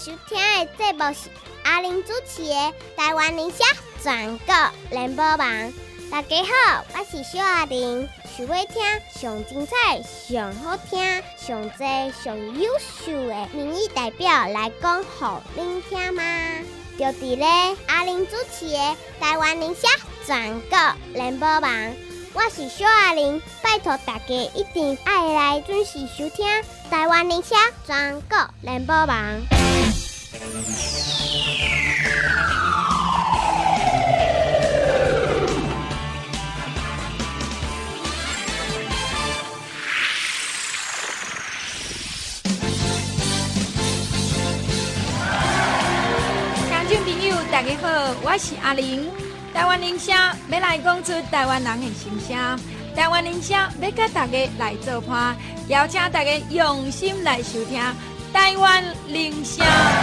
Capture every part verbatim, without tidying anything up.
收听的节目是阿玲主持的《台湾人社全国联播网》。大家好，我是小阿玲。想要听上精彩、上好听、上多、上优秀的民意代表来讲给您听吗？就伫咧阿玲主持的《台湾人社全国联播网》。我是小阿玲，拜托大家一定要来准时收听台湾人社全国联播网。 听众朋友，大家好，我是阿玲。台湾人社要来讲出台湾人的心声，台湾人社要甲大家来做伴，邀请大家用心来收听台湾人社。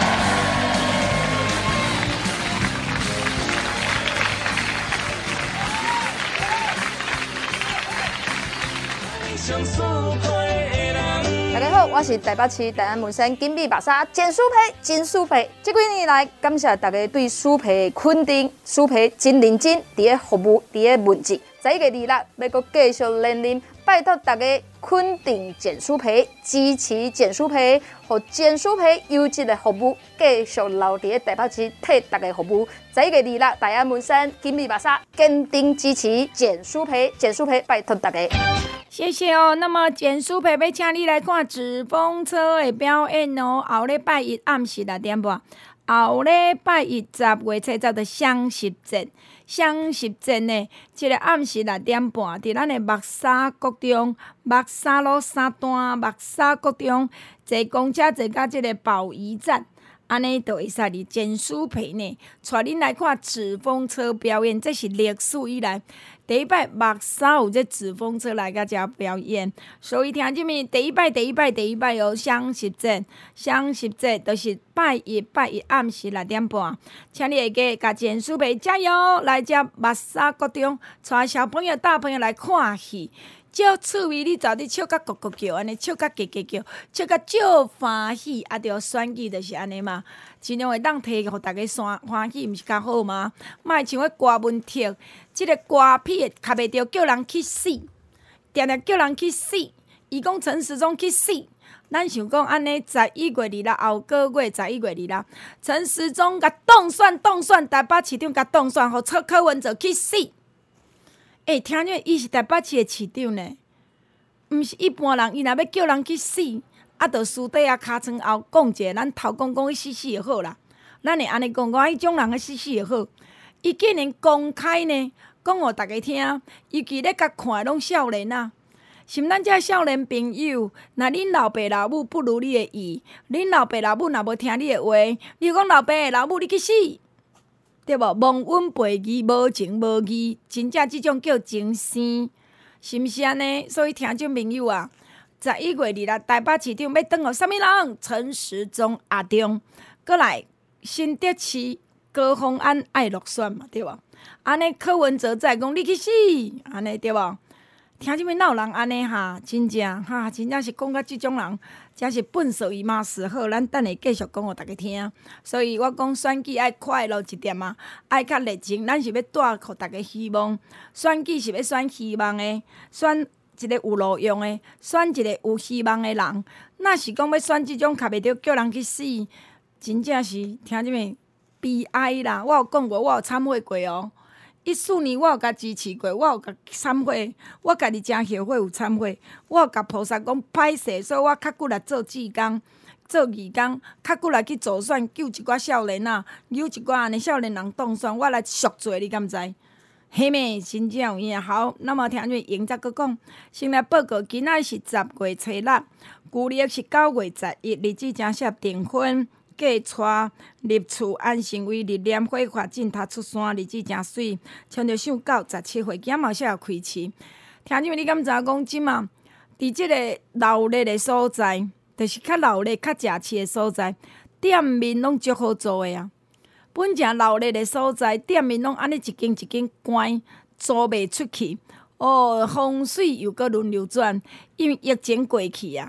大家好，我是台北市大安门山金碧白沙简舒培金舒培。这几年来，感谢大家对舒培的肯定，舒培真认真伫咧服务，伫咧问责。十一月二六要阁继续连任，拜托大家肯定简舒培，支持简舒培，互简舒培优质的服务继续留伫咧台北市替大家服务。十一月二六大安门山金碧白沙坚定支持简舒培，简舒培拜托大家。 谢谢哦。那么简舒培要请你来看纸风车的表演哦。后礼拜一暗时六点半，后礼拜一十月七十的双十节，双十节呢，即个暗时六点半，伫咱的木沙国中、木沙路三段、木沙国中坐公车坐到即个宝仪站。安尼就会使哩简舒培呢，带恁来看纸风车表演，这是历史以来第一摆目屎有这纸风车来甲遮表演。所以听即面第一摆、第一摆、第一摆有双十节，双十节就是拜一、拜一暗时六点半，请你下家甲简舒培加油，来遮目屎国中，带小朋友、大朋友来看戏。足趣味，你走伫笑甲咕咕叫，安尼笑甲叽叽叫，笑甲足欢喜，啊！着选举就是安尼嘛，尽量会当摕互大家欢欢喜，毋是较好吗？莫像迄歌文帖，即个歌片卡袂着，叫人去死，定定叫人去死。伊讲陈时中去死，咱想讲安尼，十一月二六后个月十一月二六，陈时中甲当选当选，台北市长甲当选，互蔡柯文哲去死。欸，听着，伊是台北市的市长呢，毋是一般人。伊若要叫人去死，啊，着私底下尻川后讲一下，咱头讲讲伊死死就好啦。咱会安尼讲讲，迄种人个死死就好。伊竟然公开呢，讲互大家听，尤其咧甲看拢少年啊。是毋咱遮少年朋友，若恁老爸老母不如你的意，恁老爸老母若无听你的话，你讲老爸老母你去死。对无？蒙阮背义，无情无义，真正即种叫情生，是毋是安尼？所以听众朋友啊，十一月二六台北市长要当互啥物人？陈时中阿中，过来新竹市高虹安爱落选嘛，对无？安尼柯文哲再讲你去死，安尼对无？听即物哪有人安尼哈？真正哈，真正是讲到即种人，真是笨死伊妈死好。咱等下继续讲互大家听。所以我讲选举爱快乐一点啊，爱较热情。咱是要带互大家希望，选举是要选希望的，选一个有路用的，选一个有希望的人。若是讲要选即种，卡袂着叫人去死，真正是听即物悲哀啦。我有讲过，我有忏悔过哦。一四年我有甲支持过，我有甲忏悔，我家己真后悔有忏悔。我有甲菩萨讲歹势，所以我较久来做志工、做义工，较久来去助选，救一寡少年啊，有一寡安尼少年人当选，我来赎罪，你敢知？嘿咩，真正有影好。那么听住英则佫讲，先来报告，今仔是十月初六，旧历是九月十一，日子正适合订婚。嫁娶入厝安成为日念火化进塔出山，日子真水。穿着上到十七岁，囝嘛适合开市。听你们，你敢知影讲即嘛？伫即个闹热的所在，就是较闹热、较食市的所在，店面拢足好做的啊。本正闹热的所在，店面拢安尼一间一间关，租袂出去。哦，风水又搁轮流转，因为疫情过去啊。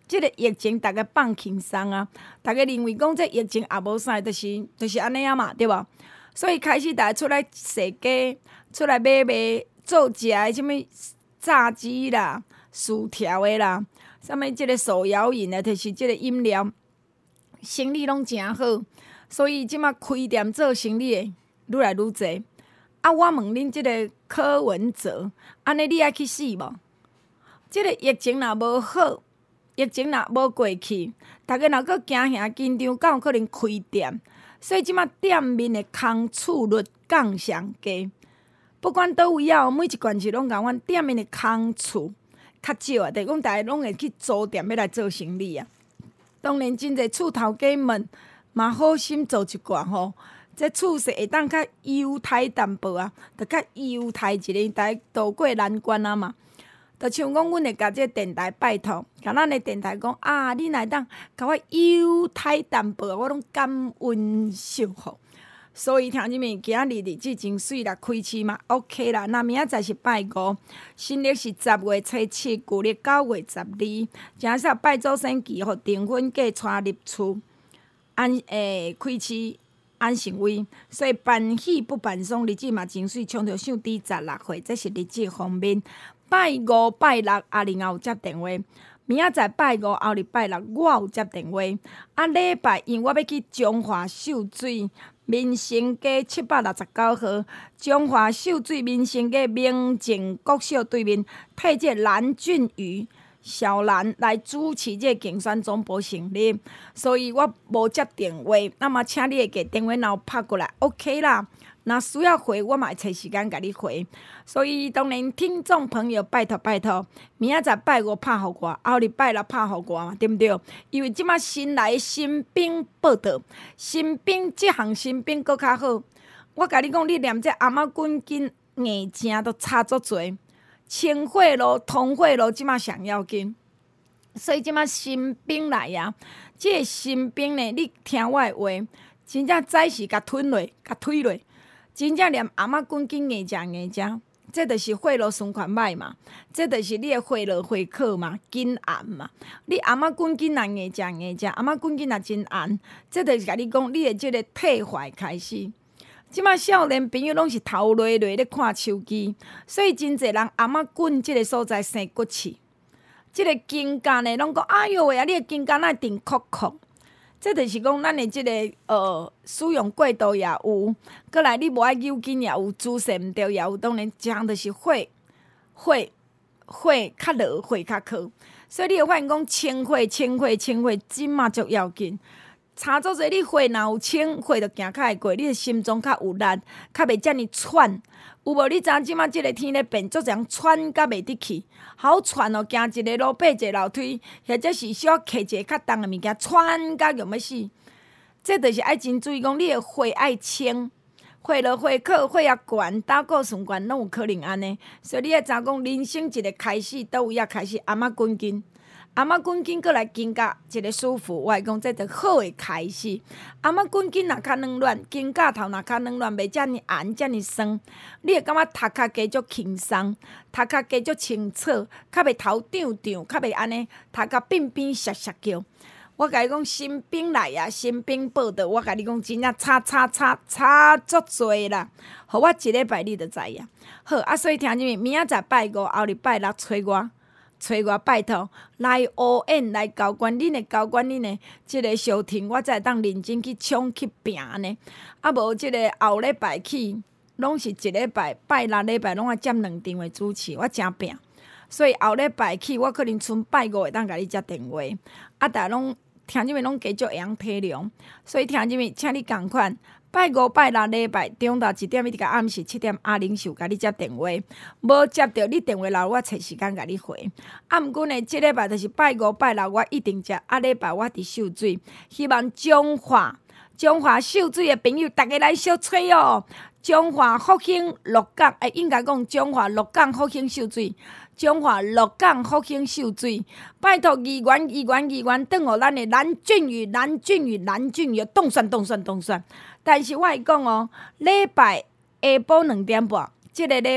即个疫情大家放轻松啊，大家认为讲这疫情也无啥，就是就是安尼啊嘛，对无？所以开始大家出来踅街，出来买卖做食诶，什物炸鸡啦、薯条诶啦，啥物即个手摇饮诶，就是即个饮料，生意拢诚好。所以即马开店做生意诶，愈来愈侪。啊，我问恁即个柯文哲，安尼你爱去死无？即个疫情若无好，疫情若无过去，逐个若阁惊吓紧张，敢有可能开店？所以即马店面的空厝率降上低，不管倒位啊，每一县市拢共阮店面的空厝较少啊，就是讲大家拢会去租店要来做生意啊。当然，真侪厝头家们嘛好心做一寡吼，这厝势会当较优待淡薄啊，着较优待一个，大家渡过难关啊嘛。就像讲，阮会甲这电台拜托，甲咱的电台讲啊，你若会当甲我优待淡薄，我拢感恩受福。所以听即物，今日日子真水啦，开市嘛 OK 啦。那明仔载是拜五，新历是十月初七，旧历九月十二。正煞拜祖先祈福订婚嫁娶入厝，安诶开市安成位。所以办喜不办丧，日子嘛真水，冲着上第十六岁，这是日子方面。拜五、拜六，阿玲有接电话。明仔载拜五，后日拜六，我有接电话。啊，礼拜因我要去中华秀水民生街七百六十九号，中华秀水民生街明静国小对面，替这蓝俊宇、小兰来主持这竞选总部成立，所以我无接电话。那么，请你个电话若有拍过来 ，OK 啦。若需要回，我嘛会找时间甲你回。所以当然，听众朋友拜托拜托，明仔载拜五拍互我，后日拜六拍互我嘛，对毋对？因为即马新来的新兵报道，新兵即项新兵搁较好。我甲你讲，你连这阿妈滚紧硬正都差足侪，清血路、通血路即马上要紧。所以即马新兵来啊，即、这个新兵呢，你听我的话，真正早时甲吞落、甲推落。真正连阿嬷滚紧硬食硬食，这就是血路循环歹嘛，这就是你的血路血口嘛，紧按嘛。你阿嬷滚紧若硬食硬食，阿嬷滚紧若真按，这就是甲你讲，你的即个退坏开始。即马少年朋友拢是头累累咧看手机，所以真侪人阿嬷滚即个所在生骨刺，即、这个筋干呢，拢讲哎哟喂啊，你的筋干哪定壳壳？这就是讲，咱的即个呃使用过度也有，过来你无爱扭紧也有，姿势毋对也有，当然一项就是血血血较落，血较靠，所以你会发现讲清血、清血、清血，即马足要紧。差足侪，你血若有清，血就行较会过，你的心脏较有力，较袂遮尔喘。有无？你知影即马即个天咧变，足人喘甲袂得去，好喘哦！行一个路，爬一个楼梯，或者是小摕一个较重的物件，喘甲用要死。这就是爱真注意讲，你的血爱清，血落血口，血压悬，胆固醇悬，拢有可能安尼。所以你爱知影讲，人生一个开始，倒位啊开始，阿嬷滚紧。阿嬷滚紧过来筋甲一个舒服，我会讲这着好的开始。阿嬷滚紧若较软软，筋甲头若较软软，袂遮尔红遮尔酸，你会感觉头壳加足轻松，头壳加足清楚，较袂头胀胀，较袂安尼头壳变变涩涩叫。我甲你讲，新兵来啊，新兵报道，我甲你讲，真正差差差差足侪啦，互我一礼拜你就知影。好啊，所以听见明仔载拜五，后日拜六找我。找我拜托来乌演来交关，恁的交关，恁的即个小婷，我才会当认真去冲去拼呢。啊，无即个后礼拜起，拢是一礼拜拜六礼拜拢爱占两场的主持，我真拼。所以后礼拜起，我可能剩拜五会当甲你接电话。啊，逐拢听即物拢加足会晓体谅，所以听即物，请你共款。拜五、拜六礼拜中昼一点一直到暗时七点，阿玲秀甲你接电话，无接到你电话留我找时间甲你回。啊，毋过呢，即礼拜就是拜五、拜六我一定接，啊礼拜我伫秀水，希望中华中华秀水的朋友，大家来小吹哦。中华福兴鹿港，诶，应该讲中华鹿港福兴秀水。中华鹿港福兴秀水，拜托议员、议员、议员，转互咱的蓝俊宇、蓝俊宇、蓝俊宇，动算、动算、动算。但是我会讲哦，礼拜下晡两点半，即、这个礼拜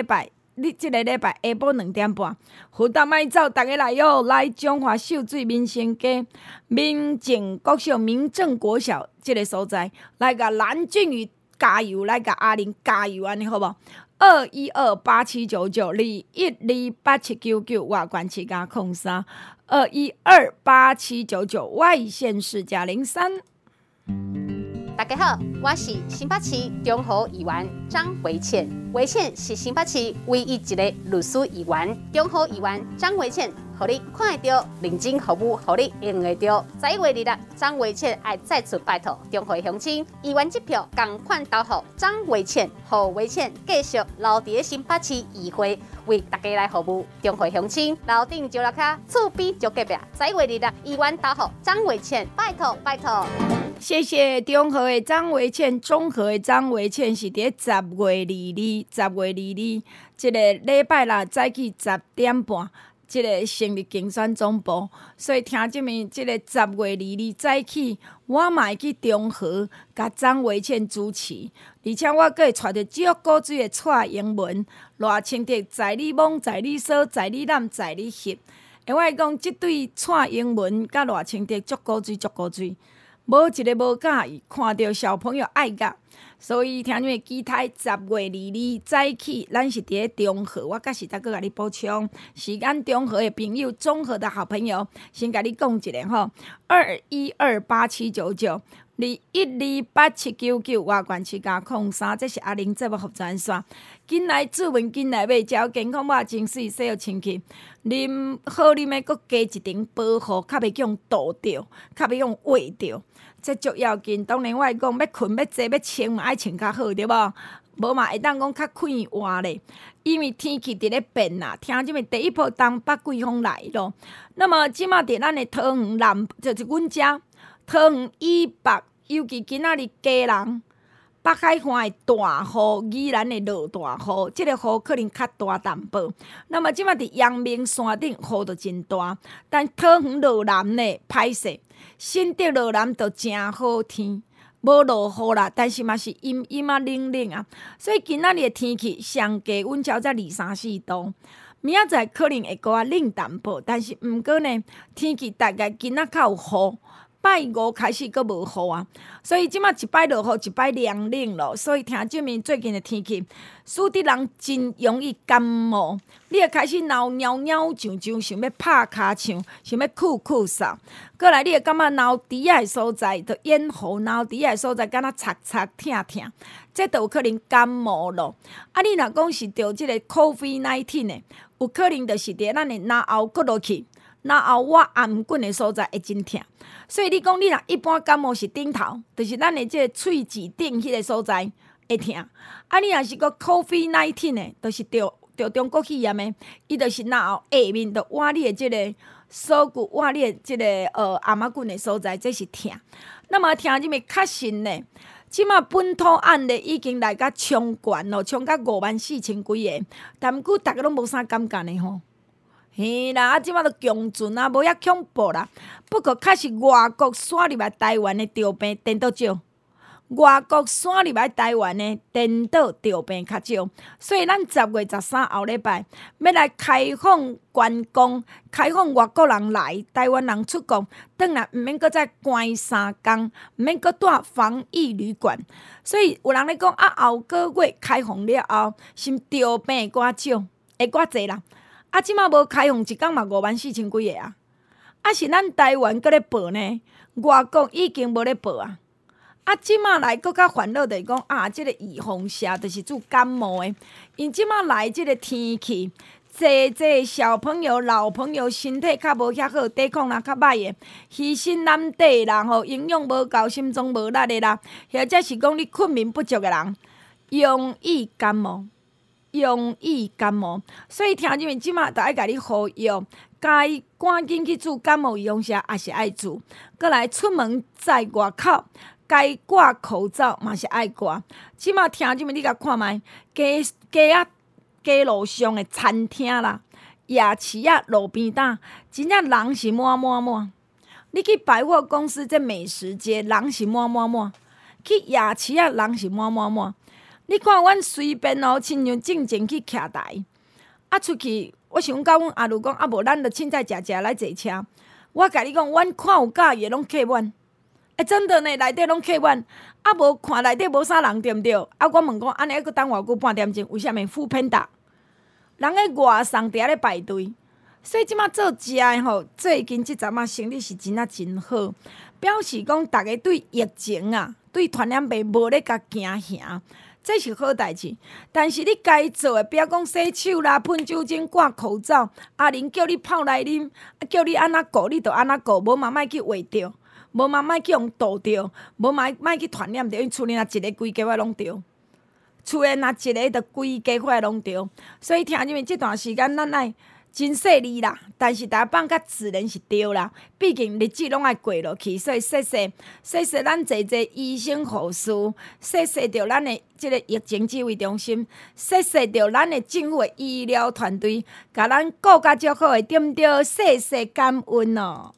你即个礼拜下晡两点半，福大麦走，大家来哟！来中华秀水民生街民政国小民政国小即个所在，来甲蓝俊宇加油，来甲阿玲加油，安尼好无？二一二八七九九二一二八七九九外关七加空三二一二八七九九外县市加零三。 大家好，我是新北市中和议员张维倩。维倩是新北市唯一一个律师议员。中和议员张维倩，互你看得到，认真服务，互你用得到。十一月二日，张维倩爱再次拜托中和乡亲，议员一票共款投予张维倩，互维倩继续留伫新北市议会，为大家来服务中和乡亲。楼顶就落卡，厝边就隔壁。十一月二日，议员投予张维倩，拜托拜托。 谢谢中和的张维倩，中和的张维倩是伫十月二日，十月二日即个礼拜六早起十点半，即个成立竞选总部。所以听即面，即个十月二日早起，我嘛会去中和，甲张维倩主持，而且我阁会带着足古水的蔡英文、赖清德在你懵，在你说，在你揽，在你翕。诶，我会讲，即对蔡英文甲赖清德足古水，足古水。无一个无介意看到小朋友爱甲，所以听你期待十月二日早起，咱是伫咧中和，我甲时再搁甲你补充，是咱中和的朋友，中和的好朋友，先甲你讲一下吼，二一二八七九九。二一二八七九九外关七加空三，这是阿玲节目服专线。紧来注文，紧来买，只健康肉真水，洗好清气。啉好啉的，搁加一层保护，较袂用倒掉，较袂用坏掉。这足要紧。当然，我会讲要困要坐要穿嘛，爱穿较好，对无？无嘛会当讲较快活咧。因为天气伫咧变啦，听即面第一波东北季风来咯。那么即马伫咱的桃园南，就是阮遮桃园以北。尤其今仔日家人北海岸的大雨，宜兰的落大雨，即、这个雨可能较大淡薄。那么即摆伫阳明山顶雨就真大，但桃园落南呢歹势，新竹落南就真好天，无落雨啦，但是嘛是阴阴啊冷冷啊，所以今仔日的天气上低温超才二三四度。明仔载可能会搁较冷淡薄，但是毋过呢，天气大概今仔较有雨。拜五开始阁无雨啊，所以即马一摆落雨，一摆凉冷咯。所以听证明最近的天气，使得人真容易感冒。你会开始闹尿尿上上，想要拍骹唱，想要酷酷扫。过来，你会感觉脑底仔的所在，就咽喉脑底仔的所在，敢若擦擦疼疼，这都有可能感冒咯。啊，你若讲是着即个 COVID 十九 的，有可能就是伫咱的脑后搁落去。然后我颔棍的所在会真疼，所以你讲你若一般感冒是顶头，就是咱的即个喙齿顶迄个所在会疼。啊，你若是个 COVID 十九 的，就是着着中国肺炎的，伊就是脑后下面着挖你的即个锁骨，挖你的即个呃颔仔棍的所在，这是疼。那么听入面确实呢，即马本土案例已经来甲冲悬咯，冲甲五万四千几个，但毋过逐个拢无啥感觉呢吼。嘿啦，啊，即马都强震啊，无遐恐怖啦。不过，确实外国闪入来台湾的着病颠倒少，外国闪入来台湾的颠倒着病较少。所以，咱十月十三后礼拜要来开放观光，开放外国人来，台湾人出国，转来毋免搁再关三工，毋免搁住防疫旅馆。所以，有人咧讲啊，后个月开放了后，是着病会较少，会较济啦。啊，即马无开放一工嘛五万四千几个啊！啊，是咱台湾搁咧报呢，外国已经无咧报啊！啊，即马来搁较烦恼就是讲啊，即、这个预防射就是做感冒的，因即马来即个天气，济济小朋友、老朋友身体较无遐好，抵抗力较歹的，虚心难底啦吼，营养无够，心脏无力的啦，或者是讲你困眠不足的人，容易感冒。容易感冒，所以听入面即马就爱甲你呼吁，该赶紧去做感冒预防针，也是爱做。过来出门在外口，该挂口罩嘛是爱挂。即马听入面你甲看觅，街街啊街路上的餐厅啦、夜市啊、路边摊，真正人是满满满。你去百货公司这美食街，人是满满满；去夜市啊，人是满满满。你看，阮随便哦，亲像进前去徛台， 啊，出去我想甲阮阿女讲，啊无咱著凊彩食食来坐车。我甲你讲，阮看有介意的拢客满，哎、欸，真的呢，内底拢客满，啊无看内底无啥人，对毋对？啊，我问讲，安尼还佫等偌久半点钟，为虾米副偏打？人咧外送伫遐咧排队，所以即马做食的吼，最近即阵啊生理是真啊真好，表示讲逐个对疫情啊，对传染病无咧甲惊吓。这是好代志，但是你该做的，不要讲洗手啦、喷酒精、挂口罩。阿玲叫你泡来啉，叫你安那顾，你就安那顾，无嘛莫去话着，无嘛莫去用倒着，无嘛莫去传染着。因厝里若一个规家伙拢着，厝诶若一个，就规家伙拢着。所以听入面这段时间，咱爱真细腻啦，但是大家放较自然是对啦。毕竟日子拢爱过落去，所以谢谢谢谢咱侪侪医生护士，谢谢着咱的即个疫情指挥中心，谢谢着咱的政府的医疗团队，甲咱顾甲足好的，对毋对？谢谢感恩哦。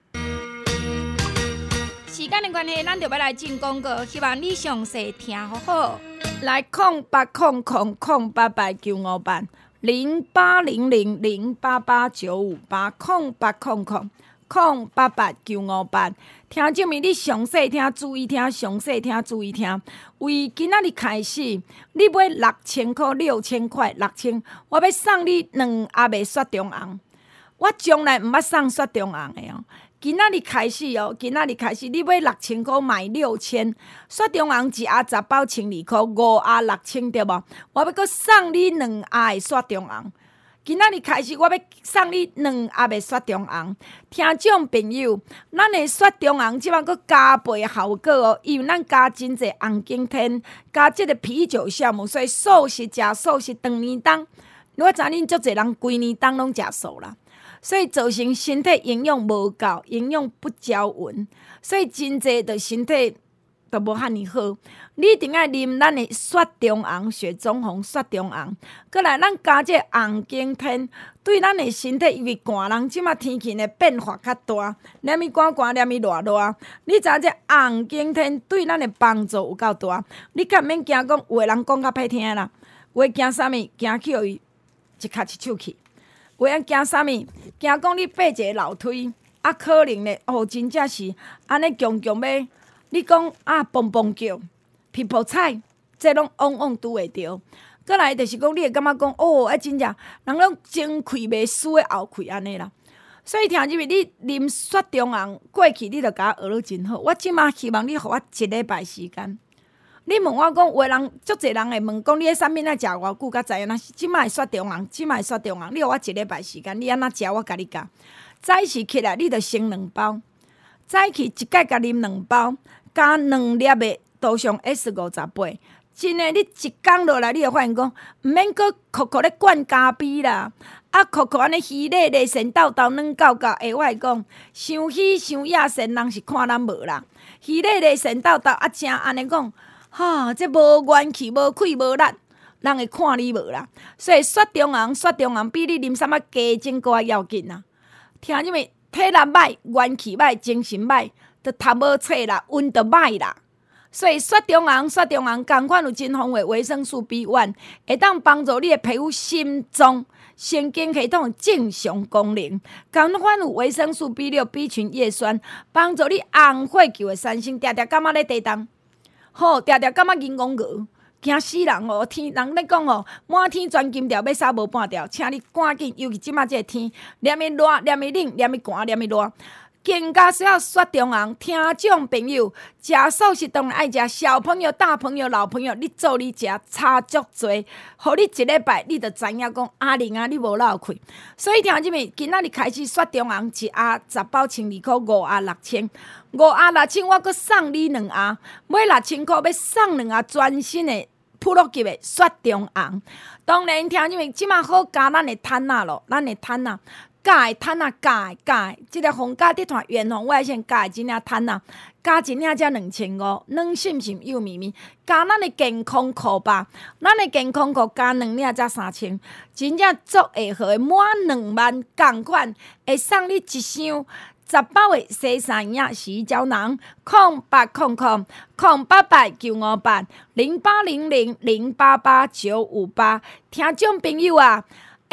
时间的关系，咱就要来进广告，希望你详细听好好。来，空八空空空八八九五八。零八零零零八八九五八空八空空空八八九五八，听证明你详细听，注意听，详细听，注意听。为今仔日开始，你买六千块、六千块、六千，我要送你两盒的雪中红。我从来毋捌送雪中红的哦。今仔日开始哦，今仔日开始，你买六千块买六千，雪中红一盒十包千二块，五盒六千对无？我要阁送你两盒的雪中红。今仔日开始，我要送你两盒的雪中红。听众朋友，咱的雪中红即摆阁加倍效果哦，因为咱加真侪红景天，加即个啤酒酵母，所以素食食素食长年冬。我知恁足侪人规年冬拢食素啦。所以造成身体营养无够，营养不交匀，所以真济的身体都无遐尼好。你一定要啉咱的雪中红、雪中红、雪中红，过来咱加这红景天，对咱的身体，因为寒人即马天气的变化较大，连咪寒寒，连咪热热。你知影这红景天对咱的帮助有够大？你敢免惊讲，有的人讲较歹听啦，有的惊啥物？惊去互伊一脚一手去。有影惊啥物？惊讲你爬一个楼梯，啊，可能咧，哦，真正是安尼强强要，你讲啊，蹦蹦叫，皮泡菜，这拢往往拄会着。过来就是讲，你会感觉讲，哦，啊，真正人拢前开袂输的后开安尼啦。所以听入面，你啉雪中红过去，你着甲我学了真好。我即马希望你互我一礼拜时间。你问我讲，有的人足侪人会问讲，你迄产品爱食偌久，甲知影？若是即摆雪中红，即摆雪中红，你互我一礼拜时间，你安怎食，我甲你教。早起起来，你着先两包，早起一摆甲啉两包，加两粒的杜尚 S 五十八。真诶，你一工落来，你会发现讲，毋免搁酷酷咧灌咖啡啦，啊酷酷安尼鱼咧咧神豆豆软狗狗。诶，我会讲，伤鱼伤野神，人是看咱无啦。鱼咧咧神豆豆啊，正安尼讲。哈、啊，这无元气、无气、无力，人会看你无啦。所以雪中红、雪中红比你啉啥物加精搁较要紧啊。听入面，体力歹、元气歹、精神歹，都读无册啦，运就歹啦。所以雪中红、雪中红同款有真丰富维生素 B 一， 会当帮助你的皮肤、心脏、神经系统正常功能。同款有维生素 B 六、B 群叶酸，帮助你红血球的产生，常常感觉咧地动。好，常常感觉银戆戆，惊死人哦！天人咧讲哦，满天钻金条要杀无半条，请你赶紧，尤其即马这个天，连咪热，连咪冷，连咪寒，连咪热，更加需要雪中红。听众朋友，食素食当然爱食，小朋友、大朋友、老朋友，你做你食差足多，互你一礼拜，你就知影讲阿玲啊，你无落开。所以听即面，今仔日开始雪中红一盒十包千二块，五盒六千。五盒六千，我阁送你两盒，买六千块要送两盒全新的普洛级的雪中红。当然，听因为即马好加咱的摊仔咯，咱的摊仔加的摊仔加的加的，即个红加地团远红外线加的真领摊仔，加一领才两千五，软心心又绵绵。加咱的健康裤吧，咱的健康裤加两领才三千，真正足会好的，满两万同款会送你一箱。十包的洗衫液洗衣胶囊，空八空空空八八九五八零八零零零八八九五八。听众朋友啊，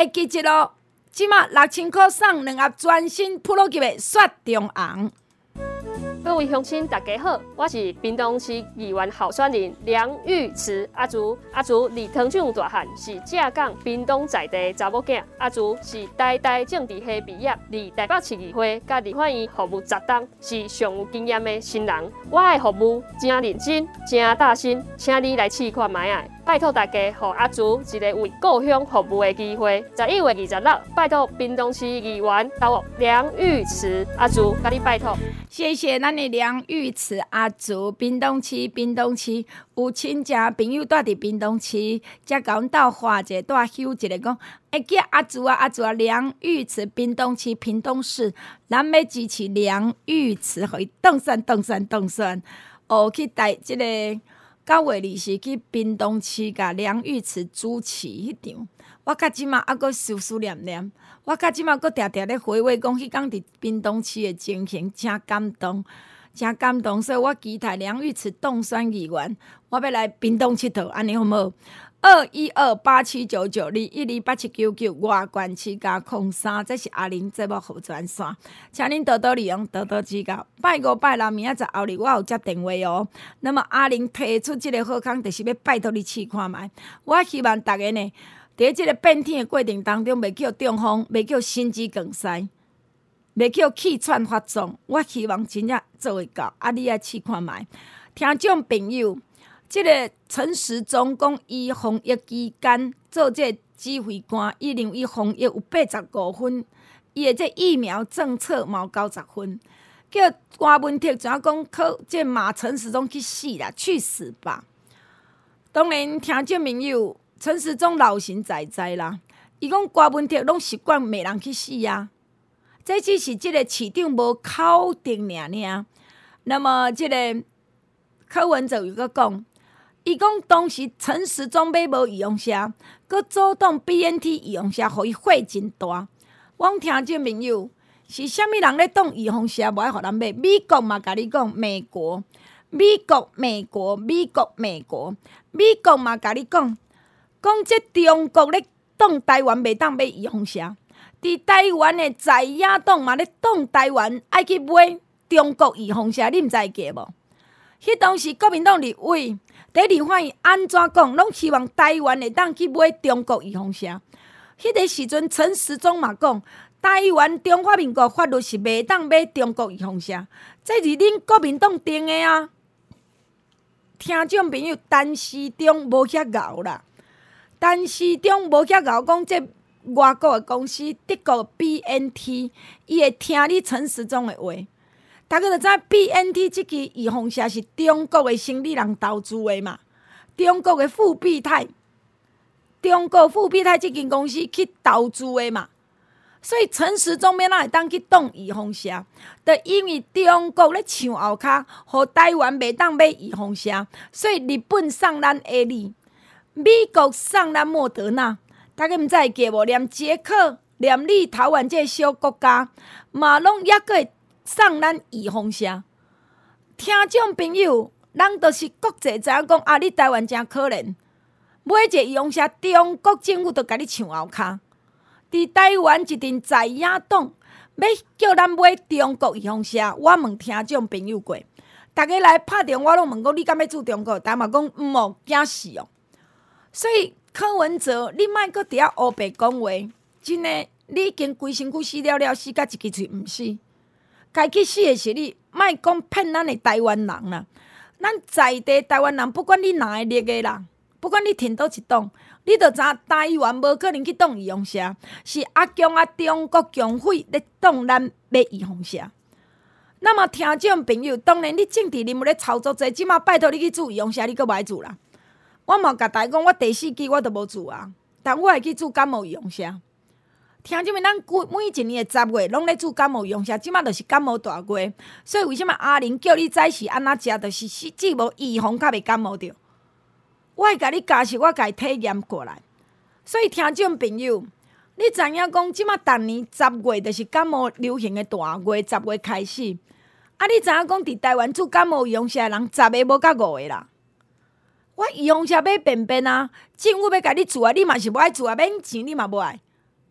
会记一咯。即马六千块送两盒全新普罗级的雪中红。 各位乡亲，大家好，我是屏东市议员候选人梁玉慈阿竹。阿竹离糖厂大汉，是正港屏东在地查某囝。阿竹是代代政治系毕业，离台北市议会甲立法院服务十档，是上有经验的新人。我的服务真认真，真大心，请你来试看卖啊！拜托大家，给阿竹一个为故乡服务的机会。十一月二十六，拜托屏东市议员到梁玉慈阿竹，甲你拜托。 谢谢咱的梁玉慈阿竹，屏东市屏东市有亲戚朋友住伫屏东市，才甲阮斗画一个，带休一个讲，会记阿竹啊阿竹啊，梁玉慈屏东市屏东市，咱要支持梁玉慈，互伊当选当选当选，哦去带即、这个。九月二十去屏东市，甲梁玉慈主持迄场，我甲即马还阁思思念念，我甲即马阁常常咧回味讲，迄天伫屏东市的情形，真感动，真感动，所以我期待梁玉慈当选议员，我要来屏东佚佗，安尼好无好？二一二八七九九二一二八七九九外关七加空三，这是阿玲节目互转线，请恁多多利用，多多指教。拜五拜六明仔载后日我有接电话哦。那么阿玲提出这个好康，就是要拜托你试看卖。我希望大家呢，伫这个变天的过程当中，袂叫中风，袂叫心肌梗塞，袂叫气喘发作。我希望真正做会到，啊，你爱试看卖。听众朋友。即个陈时中讲，伊防疫期间做这个指挥官，伊认为伊防疫有八十五分，伊的这疫苗政策嘛有九十分。叫郭文铁怎样讲？靠，这骂陈时中去死啦，去死吧！当然，听众朋友，陈时中老神在在啦。伊讲郭文铁拢习惯骂人去死啊，这只是即个市长无考定尔尔。那么，即个柯文哲又搁讲。伊讲当时陈时中买无易用车，佮阻挡 B N T 易用车，互伊火真大。我听众朋友，是啥物人咧挡易用车，无爱互人买？美国嘛，甲你讲美国，美国美国美国美国，美国嘛，甲你讲，讲这中国咧挡台湾袂当买易用车，伫台湾的在野党嘛咧挡台湾，爱去买中国易用车，你毋知会记无？迄当时国民党立委。第立法院安怎讲？拢希望台湾会当去买中国易用车。迄个时阵，陈时中嘛讲，台湾中华民国法律是袂当买中国易用车，这是恁国民党定的啊。听众朋友，陈时中无遐敖啦，陈时中无遐敖讲这外国的公司德国 B N T， 伊会听你陈时中的话。大家就知 B N T 这支易用车是中国的生理人投资的嘛？中国的富必泰，中国富必泰这间公司去投资的嘛？所以陈时中要哪会当去挡易用车？就因为中国咧抢后骹，互台湾袂当买易用车，所以日本送咱 A 利，美国送咱莫德纳。大家毋知会记无？连捷克、连立陶宛这小国家，嘛拢抑个会。送咱易用车，听众朋友，咱都是国际知影讲啊，你台湾真可怜，买一个易用车，中国政府就甲你抢后骹。伫台湾一阵在野党要叫咱买中国易用车，我问听众朋友过，大家来拍电话拢问讲，你敢要做中国？台嘛讲毋哦，惊死哦。所以柯文哲，你莫搁伫遐乌白讲话，真诶，你已经规身躯死了了，死甲一支喙毋死。该去死的是你，莫讲骗咱的台湾人啦！咱在地台湾人，不管你哪个立的啦，不管你挺倒一党，你就知台湾无可能去挡易用车，是阿强啊中国强匪咧挡咱买易用车。那么听众朋友，当然你政治人物咧操作者，即马拜托你去做易用车，你阁无爱做啦。我嘛甲大家讲，我第四季我都无做啊，但我会去做感冒易用车。听即面，咱每一年的十月拢咧做感冒用车，即马就是感冒大月，所以为什么阿玲叫你早是安怎食，就是只无预防较袂感冒着。我会甲你加是，我甲伊体验过来。所以听众朋友，你知影讲即马逐年十月就是感冒流行的大月，十月开始。啊，你知影讲伫台湾做感冒用车的人，十个无甲五个啦。我用车买便便啊，政府要甲你做啊，你嘛是无爱做啊，免钱你嘛无爱。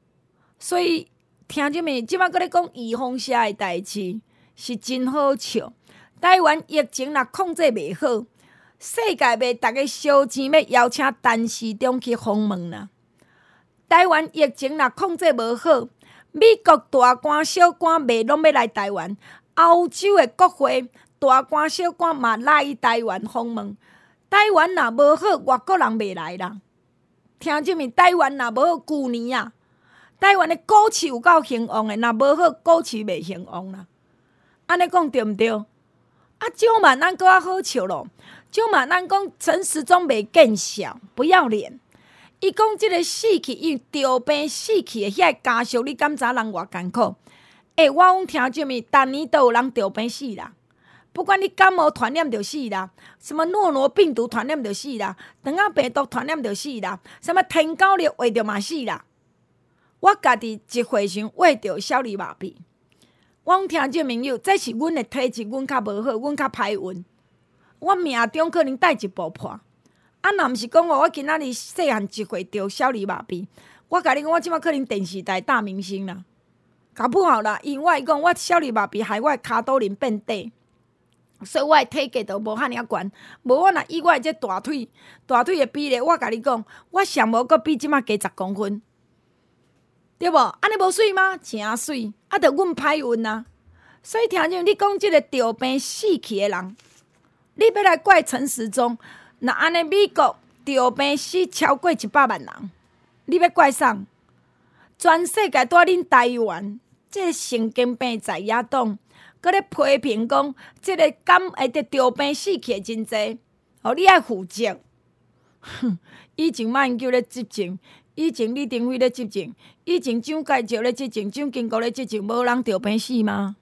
所以听姐妹，即摆搁咧讲预防射的代志是真好笑。台湾疫情若控制袂好，世界要逐个烧钱要邀请陈时中去访问啦。台湾疫情若控制无好，美国大官小官袂拢要来台湾，欧洲的国会大官小官嘛来台湾访问。台湾若无好，外国人袂来啦。听即面，台湾若无好，旧年啊，台湾的股市有够兴旺的，若无好，股市袂兴旺啦。安尼讲对毋对？啊，少嘛咱搁较好笑咯，少嘛咱讲陈时中袂见笑，不要脸。伊讲即个死去，伊着病死去的遐个家属，你敢知人偌艰苦？诶、欸，我讲听即面，逐年都有人着病死啦。不管你感冒传染就死啦，什么诺罗病毒传染就死啦，肠仔病毒传染就死啦，什么天狗热话着嘛死啦。我家己一回上话着小儿麻痹。我讲听这朋友，这是阮的体质，阮较无好，阮较歹运。我命中可能带一步破。啊，若毋是讲我今仔日细汉一回着小儿麻痹，我甲你讲，我即摆可能电视台大明星啦。搞不好啦，因为我讲我小儿麻痹害我的骹肚鳞变短。所以我的体格就无遐尔悬，无我若以我的这大腿，大腿的比例，我甲你讲，我上无阁比即马加十公分，对无？安尼无水吗？真水，啊，着阮歹运啊！所以听见你讲即个着病死去的人，你要来怪陈时中，若安尼美国着病死超过一百万人，你要怪啥？全世界带恁台湾，这个神经病在野党。搁咧批评讲，即个感会得着病死去的真济，哦，你爱负责。哼，以前马英九咧执政，以前李登辉咧执政，以前蒋介石咧执政，蒋经国咧执政，无人着病死吗？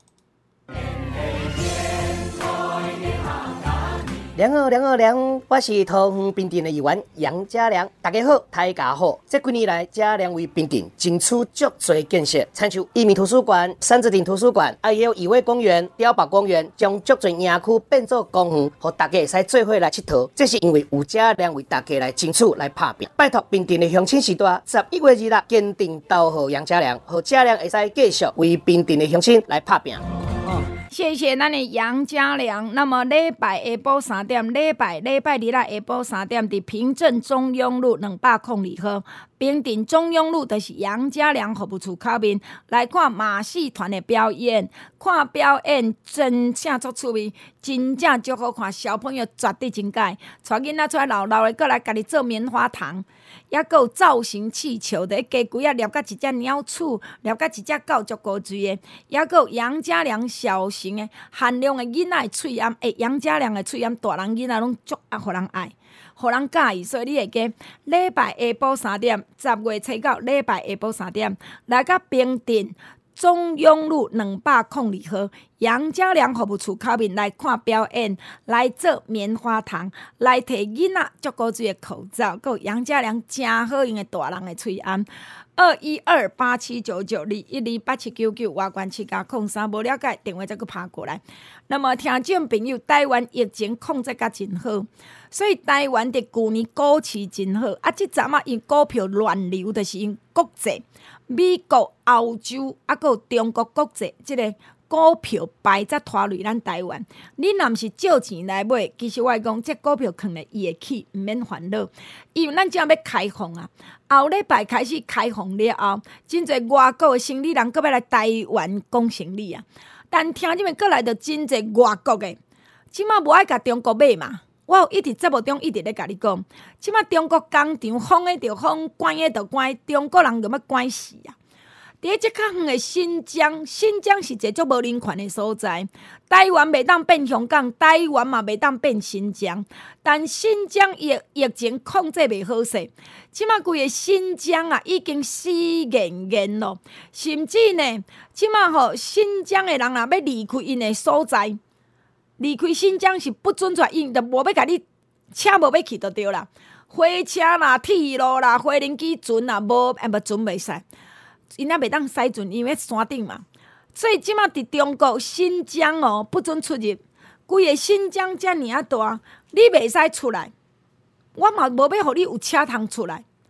凉哦凉哦凉！我是桃园bình镇的议员杨家良，大家好，大家好。这几年来，家良为bình镇争取足多建设，参像移民图书馆、三字亭图书馆，还有义威公园、碉堡公园，将足多园区变作公园，让大家会使做伙来佚佗。这是因为有家良为大家来争取、来拍拼。拜托bình镇的乡亲时代，十一月二日坚定投予杨家良，让家良会使继续为bình镇的乡亲来拍拼。 谢谢咱的杨家良。那么礼拜下晡三点，礼拜礼拜日啦下晡三点，伫平镇中庸路两百零二号，平镇中庸路就是杨家良服务处口面来看马戏团的表演。看表演真正足趣味，真正足好看，小朋友绝对真解。带囡仔出来闹闹的，过来家己做棉花糖，还佫有造型气球的，家规啊捏甲一只鸟鼠，捏甲一只狗足高水的，还佫有杨家良小型的限量的囡仔的喙音，诶，杨家良的喙音，大人囡仔拢足啊，互人爱。互人介意，所以你会记礼拜下晡三点，十月初九礼拜下晡三点，来到平镇中庸路两百零二号杨家良服务处口面来看表演，来做棉花糖，来摕囡仔足高水的口罩，还有杨家良真好用的大人的喙音。二一二八七九九二一二八七九九，外关七加空三，无了解电话再去拍过来。那么听众朋友，台湾疫情控制甲真好，所以台湾的去年股市真好。啊，即阵啊，因股票乱流，就是因国际、美国、欧洲，啊，还有中国国际，即、这个股票排则拖累咱台湾。你若毋是借钱来买，其实我讲，这股票可能伊会起，毋免烦恼。因为咱即要开放啊，后礼拜开始开放了后，真侪外国的生理人搁要来台湾讲生理啊。但听即面过来着真侪外国的，即马无爱甲中国买嘛。我有一直节目中一直咧甲你讲，即马中国工厂封的着封，关的着关，中国人就要关死啊！伫即较远的新疆，新疆是一个足无人权的所在。台湾袂当变香港，台湾嘛袂当变新疆。但新疆疫疫情控制袂好势，即马规个新疆啊已经死严严咯。甚至呢，即马吼新疆的人若要离开因的所在，离开新疆是不准出来，因就无要甲你车无要去就对啦。火车啦、铁路啦、飞轮机船啦，无哎无船袂使。因也袂当驶船，因为山顶嘛，所以即马伫中国新疆哦，不准出入。规个新疆遮尔啊大，你袂使出来。我嘛无要互你有车通出来。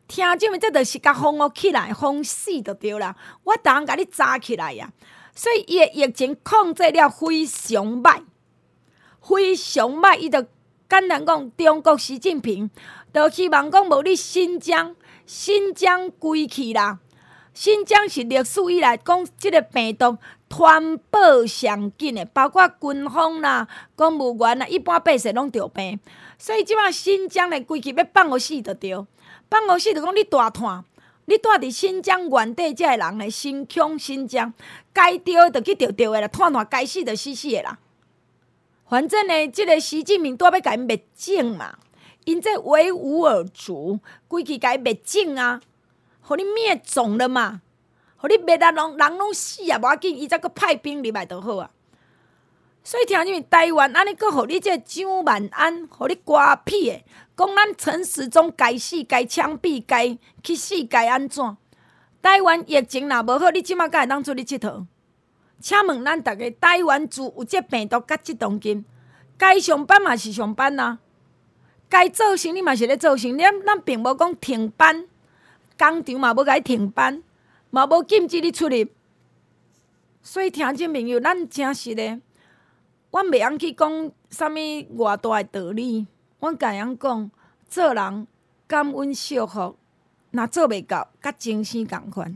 听众们，这就是甲封我起来，封死就对啦。我逐项甲你扎起来呀，所以伊的疫情控制了非常歹，非常歹。伊就简单讲，中国习近平就希望讲无你新疆，新疆归去啦。新疆是历史以来讲即个病毒传播上紧的，包括军方啦、公务员啦，一般百姓拢着病。所以即摆新疆的归去要放互死就对。放互死就讲你大摊，你住伫新疆原地遮个人咧，新疆新疆该着就去着着的啦，摊摊该死就死死的啦。反正呢，即个习近平拄要甲因灭种嘛，因这维吾尔族规气甲伊灭种啊，互你灭种了嘛，互你灭啊，人人拢死啊，无要紧，伊则搁派兵入来就好啊。所以听你们台湾安尼，搁互你这蒋万安，互你瓜屁的，讲咱陈时中该死、该枪毙、该去死、该安怎？台湾疫情若无好，你即马敢会当出去佚佗？请问咱逐个，台湾自有这病毒甲即当今，该上班嘛是上班啊，该做生意嘛是咧做生意，咱并无讲停班，工厂嘛无甲伊停班，嘛无禁止你出入。所以听众朋友，咱真实咧。阮袂晓去讲啥物偌大的道理，阮家样讲，做人感恩惜福，若做袂到，甲精神共款。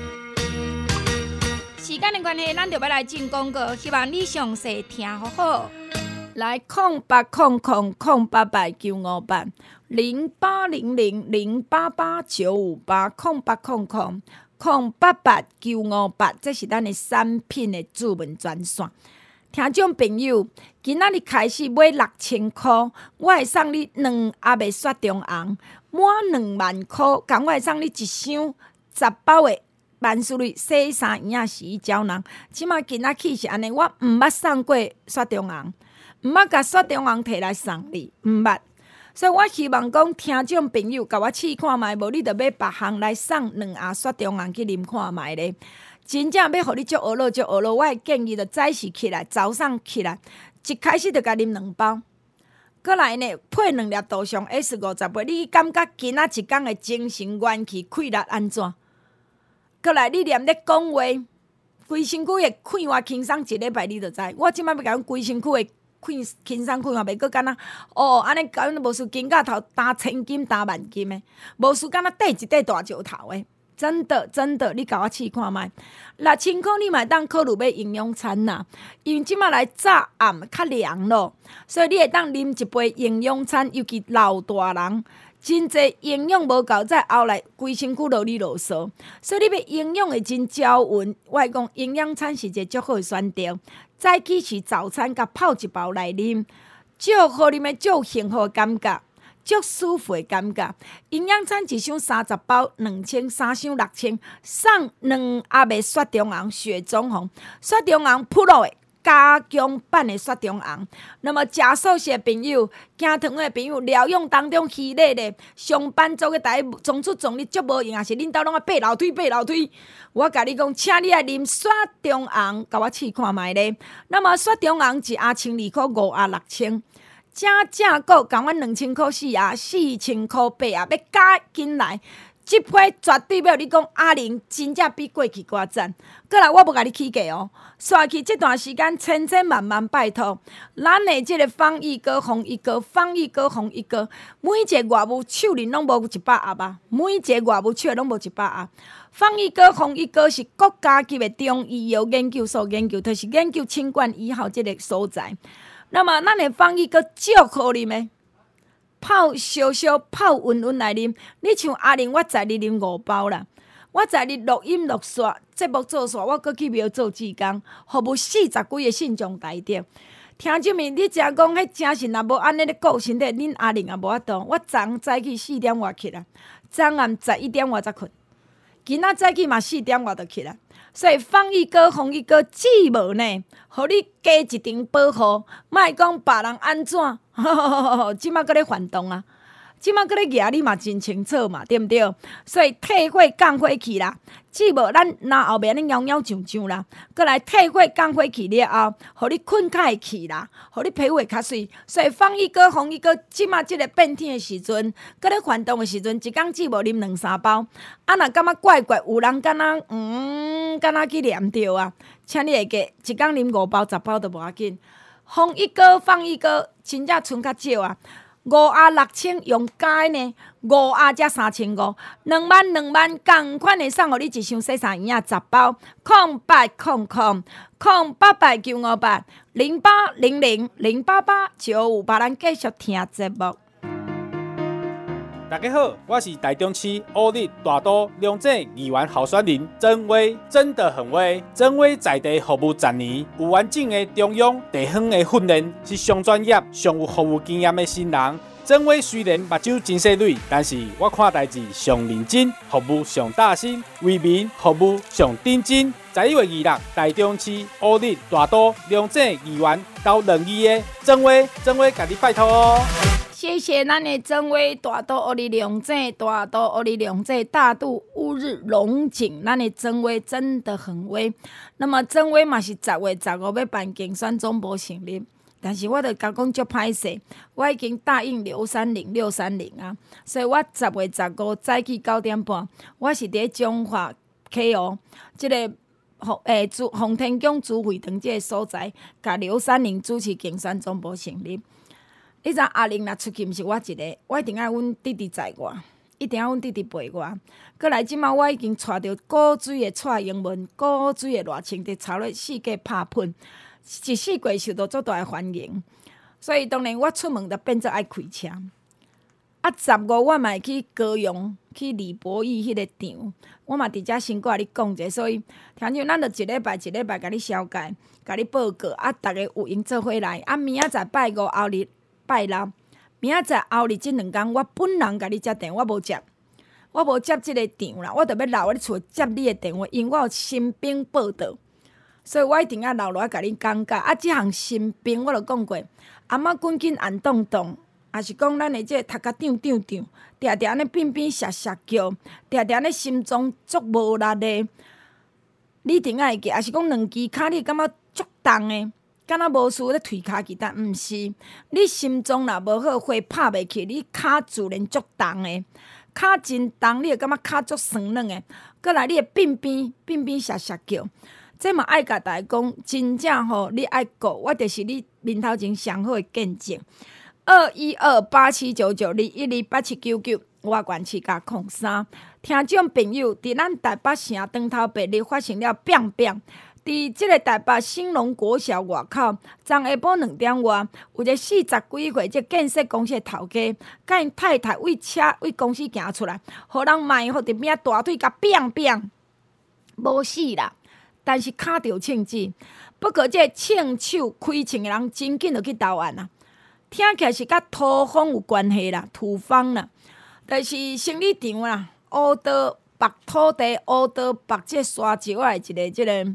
时间的关系，咱就要来进广告，希望你详细听好好。来，空八空空空八八九五八零八零零零八八九五八空八空空空八八九五八，这是咱的产品的主文专线。听众朋友，今仔日开始买六千块，我会送你两盒的雪中红，满两万块，共我会送你一箱十包的万事瑞洗衫液啊洗衣胶囊。即马今仔起是安尼，我毋捌送过雪中红，毋捌甲雪中红摕来送你，毋捌。所以我希望讲听众朋友甲我试看觅，无你着买别项来送两盒雪中红去啉看觅咧。真正要互你足学乐足学乐，我会建议着早时起来，早上起来，一开始就甲啉两包，过来呢配两粒杜尚 S 五十八，你感觉今仔一天的精神元气气力安怎？过来你念咧讲话，规身躯会快活轻松，一礼拜你就知。我即摆要甲阮规身躯会快轻松快活，袂阁敢若哦安尼甲阮无事金甲头担千金担万金的，无事敢若缀一块大石头的。真的真的，你甲我试看觅，六千块你嘛当考虑买营养餐啦，因为即马来早暗较凉咯，所以你会当啉一杯营养餐，尤其老大人，真济营养无够，再后来规身躯落里落嗦，所以你要营养会真招匀。我会讲营养餐是一个足好的选择，早起是早餐，甲泡一包来啉，足好啉的，足幸福的感觉。足舒服的感觉，营养餐一箱三十包，两千三箱六千，送两盒的雪中红、雪中红、雪中红 Pro 的加强版的雪中红。那么食素食的朋友、行糖的朋友，疗养当中虚累的，上班族的大家总出总力足无用，也是恁兜拢啊爬楼梯、爬楼梯。我甲你讲，请你来啉雪中红，甲我试看觅咧。那么雪中红一盒千二块，五盒六千。正正个，共阮两千块四盒，四千块八盒，要加紧来，即批绝对要你讲阿玲真正比过去寡赞。过来，我无甲你起价哦，刷去这段时间千千万万拜托，咱的即个防疫膏、防疫膏、防疫膏、防疫膏，每一个外务手里拢无一百盒啊，每一个外务手拢无一百盒。防疫膏、防疫膏是国家级的中医药研究所研究，就是研究新冠以后即个所在。那么，咱的防疫膏足好啉的，泡烧烧、泡温温来啉。你像阿玲，我载你啉五包啦。我载你录音录煞，节目做煞，我搁去庙做志工，服务四十几个信众台着。听证明，你真讲，迄真是若无安尼咧顾身体，恁阿玲也无法度。我昨昏早起四点外起来，昨暗十一点外才困。今仔早起嘛四点外就起来。所以防疫膏、防疫膏只无呢，互你加一层保护，莫讲别人安怎，即马搁咧反动啊！ 即摆搁咧举你嘛真清楚嘛，对毋对？所以退火降火气啦，只无咱若后面咧袅袅上上啦，搁来退火降火气了后，互你困较会去啦，互你皮肤会较水。所以放一哥、红一哥，即摆即个变天的时阵，搁咧运动的时阵，一工只无啉两三包。啊，若感觉怪怪，有人敢若嗯，敢若去念着啊，请你会记一工啉五包、十包都无要紧。放一哥、放一哥，真正剩较少啊。五盒六千用加呢，五盒才三千五，两万两万，共款的送互你一箱洗衫液十包，空八空空空八八九五八零八零零零八八九五八，咱继续听节目。 大家好，我是台中市乌日大都龙井议员候选人曾威，真的很威。曾威在地服务十年，有完整的中央地方的训练，是上专业、上有服务经验的新人。曾威虽然目睭真细蕊，但是我看代志上认真，服务上大心，为民服务上认真。十一月二日，台中市乌日大都龙井议员到两义的曾威，曾威，甲你拜托哦。 谢谢咱的曾威大都乌日龙井大都乌日龙井大肚乌日龙井，咱的曾威真的很威。那么曾威嘛是十月十五要办竞选总部成立，但是我著甲讲足歹势，我已经答应刘三零六三零啊，所以我十月十五早起九点半，我是伫中华 K O 即、这个洪诶主洪天宫主会堂即个所在，甲刘三零主持竞选总部成立。你知阿玲若出去，毋是我一个，我一定要阮弟弟载我，一定要阮弟弟陪我。过来即摆我已经带着古水的蔡英文、古水的热情，伫朝咧世界拍拼，一世过受到足大的欢迎。所以当然我出门就变做爱开车。啊，十五我嘛会去高雄去李博义迄个场，我嘛伫遮先甲你讲者，所以听像咱就一礼拜一礼拜甲你了解，甲你报告，啊，逐个有闲做伙来。啊，明仔载拜五后日。拜六，明仔载后日即两天，我本人甲你接电话，我无接，我无接即个场啦，我著要留喺咧厝接你的电话，因为我有新兵报道，所以我一定要留落来甲你讲解。啊，即项新兵我著讲过，阿妈滚紧按动动，也是讲咱的即个头壳长长长，定定安尼变变斜斜叫，定定安尼心脏足无力的，你一定要会记，也是讲两支骹你感觉足重的。敢若无事咧推骹去，但毋是，你心脏若无好，血拍袂去，你骹自然足重的，骹真重，你会感觉骹足酸软的。过来，你会变变变变斜斜叫，这嘛爱甲大家讲，真正吼，你爱顾，我就是你面头前上好的见证。二一二八七九九二一二八七九九，我关七加空三，听众朋友，伫咱台北城长头白日发生了变变。伫即个台北兴隆国小外口，昨下晡两点外，有一个四十几岁即建设公司的头家，甲因太太为车为公司行出来，互人埋伏伫边大腿甲扁扁，无死啦，但是骹着枪子。不过即个枪手开枪的人真紧就去投案啦，听起来是甲土方有关系啦，土方啦，但是生理场啦，乌道白土地，乌道白即个沙石仔的一个即个。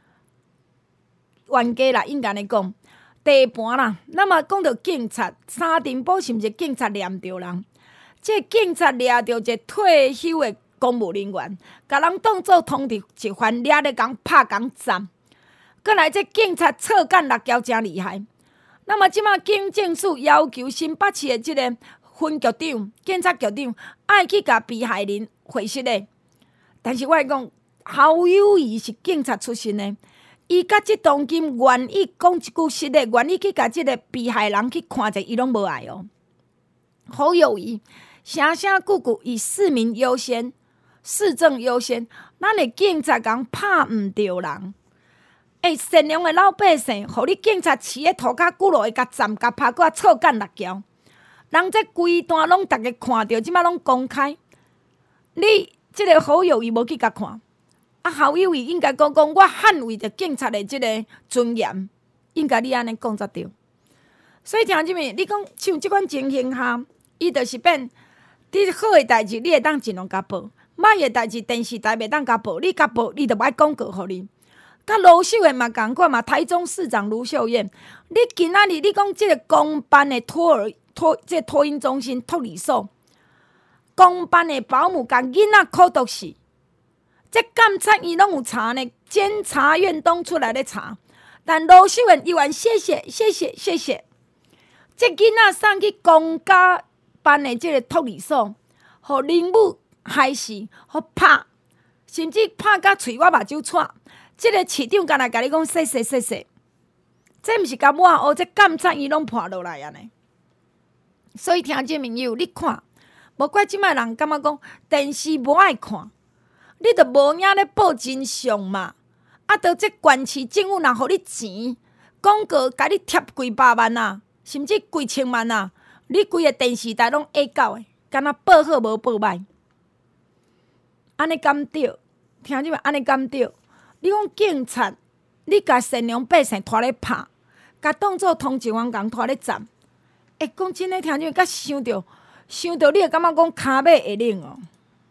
冤家啦，应该来讲地盘啦。那么讲到警察，三重埔是毋是警察抓着人？这警察抓着一个退休的公务人员，甲人当作通敌一番，抓咧讲拍讲斩。过来，这警察错干六条真厉害。那么即马警政署要求新北市的即个分局长、检察局长爱去甲被害人会实的。但是我讲，好友谊是警察出身的。伊甲即当今愿意讲一句实的，愿意去甲即个被害人去看者，伊拢无爱哦。好友谊，声声句句以市民优先、市政优先。咱的警察讲拍毋着人，诶、欸，善良的老百姓，互你警察饲咧涂骹骨落会甲站甲拍，搁错干六条。人这规段拢逐个看着，即摆拢公开。你即个好友谊无去甲看。啊，好友谊应该讲讲，我捍卫着警察的即个尊严，应该你安尼讲才对。所以听即面，你讲像即款情形下，伊就是变，你好的代志你会当尽量甲报，歹的代志电视台袂当甲报，你甲报你就爱广告互你。甲卢秀燕嘛共款嘛，台中市长卢秀燕，你今仔日你讲即个公办的托儿托这托婴中心托儿所，公班的保姆甲囡仔苦毒死。这监察院拢有查呢，监察院都出来咧查，但罗秀燕议员谢谢谢谢谢谢，这囡仔送去公家班的这个托儿所，互林母害死，互拍，甚至拍甲喙我目睭喘。这个市长敢若甲你讲谢谢谢谢，这毋是甲我哦，这监察院拢破落来啊呢。所以听众朋友，你看，无怪即摆人感觉讲电视无爱看。你著无影咧报真相嘛？啊，到这县市政府若互你钱，广告甲你贴几百万啊，甚至几千万啊，你规个电视台拢下到的，敢若报好无报歹，安尼敢对？听即摆安尼敢对？你讲警察，你甲善良百姓拖咧拍，甲当作通缉犯共拖咧斩，会讲真诶，听即摆甲想着，想着你会感觉讲骹尾会冷哦。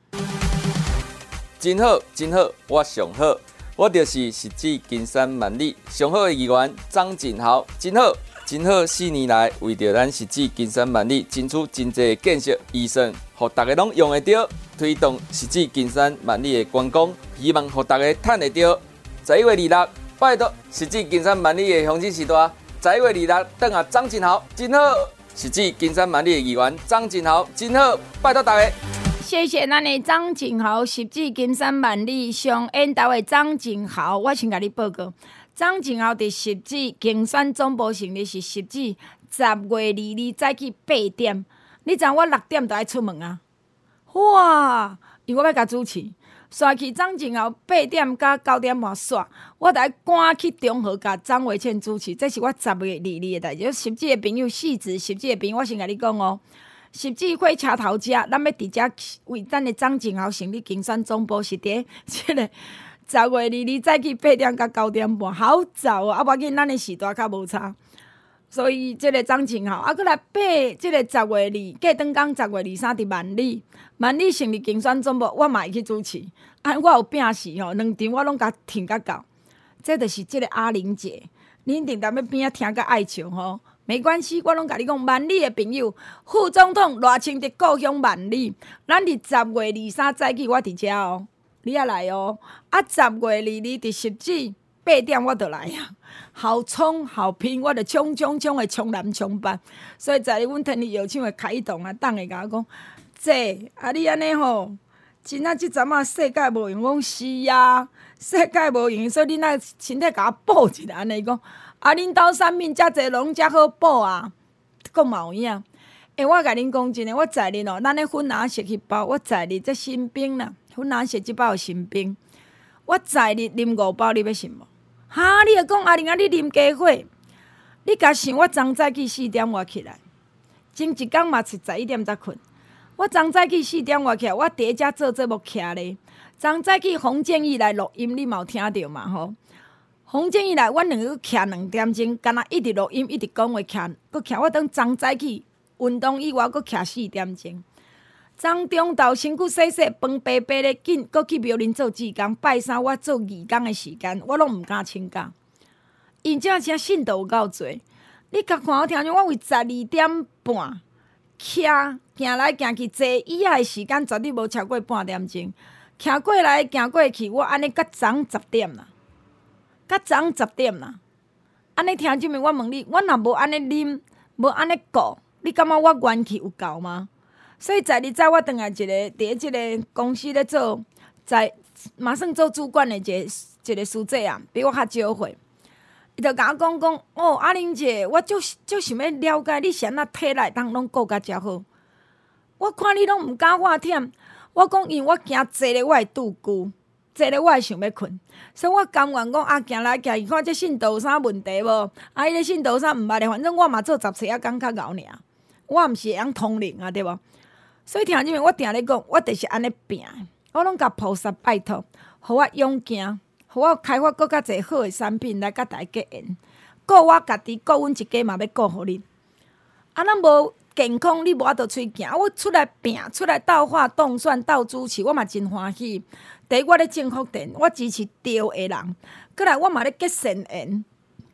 真好，真好，我上好，我就是实至金山万里上好的议员张振豪，真好，真好。四年来，为着咱实至金山万里，争取真济建设预算，互大家拢用得到，推动实至金山万里的观光，希望互大家趁得到。十一月二六，拜托实至金山万里的乡亲时代，十一月二六等下张振豪，真好，实至金山万里的议员张振豪，真好，拜托大家。 谢谢咱的张振豪，实至金山万里上演台的张振豪，我先甲你报告，张振豪伫实至竞选总部成立是实至十月二日早起八点，你知影我六点就爱出门啊！哇，因为我要甲主持，刷去张振豪八点到九点半刷，我就爱赶去中和甲张维倩主持，这是我十月二日的代志。实至的朋友，细致实至的朋友，我先甲你讲哦。实至火车头遮，咱要伫遮为咱的张振豪成立竞选总部，是伫即个十月二日早起八点到九点半，好早哦！啊，无要紧，咱的时段较无差。所以即个张振豪，啊，搁来爬即个十月二，过当讲十月二三伫万里，万里成立竞选总部，我嘛会去主持。啊，我有拼死吼，两场我拢甲听甲到。这就是即个阿玲姐，你一定踮要边仔听甲爱笑吼。没关系，我拢甲你讲，万里的朋友，副总统热情的故乡万里，咱伫十月二三早起我伫遮哦，你也来哦。啊，十月二日伫实至八点我就来啊，好冲好拼，我就冲冲冲的冲南冲北。所以在阮天气药厂的开动啊，党会甲我讲，姐啊，你安尼吼，真啊，即阵啊世界无用，讲是啊，世界无用，所以你若身体甲我补一下，安尼讲。啊！恁兜产品遮济，拢遮好补啊，讲嘛有影。诶，我甲恁讲真诶，我载恁哦，咱咧粉蓝色迄包，我载恁这新冰啦，粉蓝色即包有新冰，我载恁啉五包，你要信无？哈！你会讲阿玲啊，你啉加火？你甲想我昨早起四点我起来，前一工嘛是十一点才困。我昨早起四点我起来，我第一遮做节目徛咧。昨早起洪建义来录音，你嘛有听着嘛吼？洪建义来，阮两个徛两点钟，干那一直录音，一直讲话，徛，搁徛。我等昨早起运动以外，搁徛四点钟。昨中昼身躯洗洗，饭白白咧紧，搁去庙林做志工。拜三我做义工的时间，我拢毋敢请假。因正正信徒有够侪，你甲看我听众，我为十二点半徛行来行去，坐椅仔的时间绝对无超过半点钟。徛过来行过去，我安尼甲昨十点啦。甲昨十点啦，安尼听即面，我问你，我若无安尼啉，无安尼顾，你感觉我元气有够吗？所以在你在我等下一个伫即个公司咧做，在马上做主管的一个一个师姐啊，比我较少岁，伊就甲我讲讲，哦，阿玲姐，我就就想要了解你是安怎体内当拢顾甲遮好。我看你拢毋敢我忝，我讲因为我惊坐咧我会拄久。坐咧，我会想要困，所以我甘愿讲啊，行来行去，看这信道有啥问题无？啊，迄个信道有啥毋捌咧？反正我嘛做十七啊工较熬尔，我毋是会晓通灵啊，对无？所以听即面，我定咧讲，我就是安尼拼，我拢甲菩萨拜托，互我勇行，互我开发更较侪好诶产品来甲大家结缘，顾我家己，顾阮一家嘛要顾互恁。啊，咱无健康，你无法度出行，我出来拼，出来斗法、动算、斗主持，我嘛真欢喜。第一，我咧种福田，我支持对的人；过来，我嘛咧结善缘。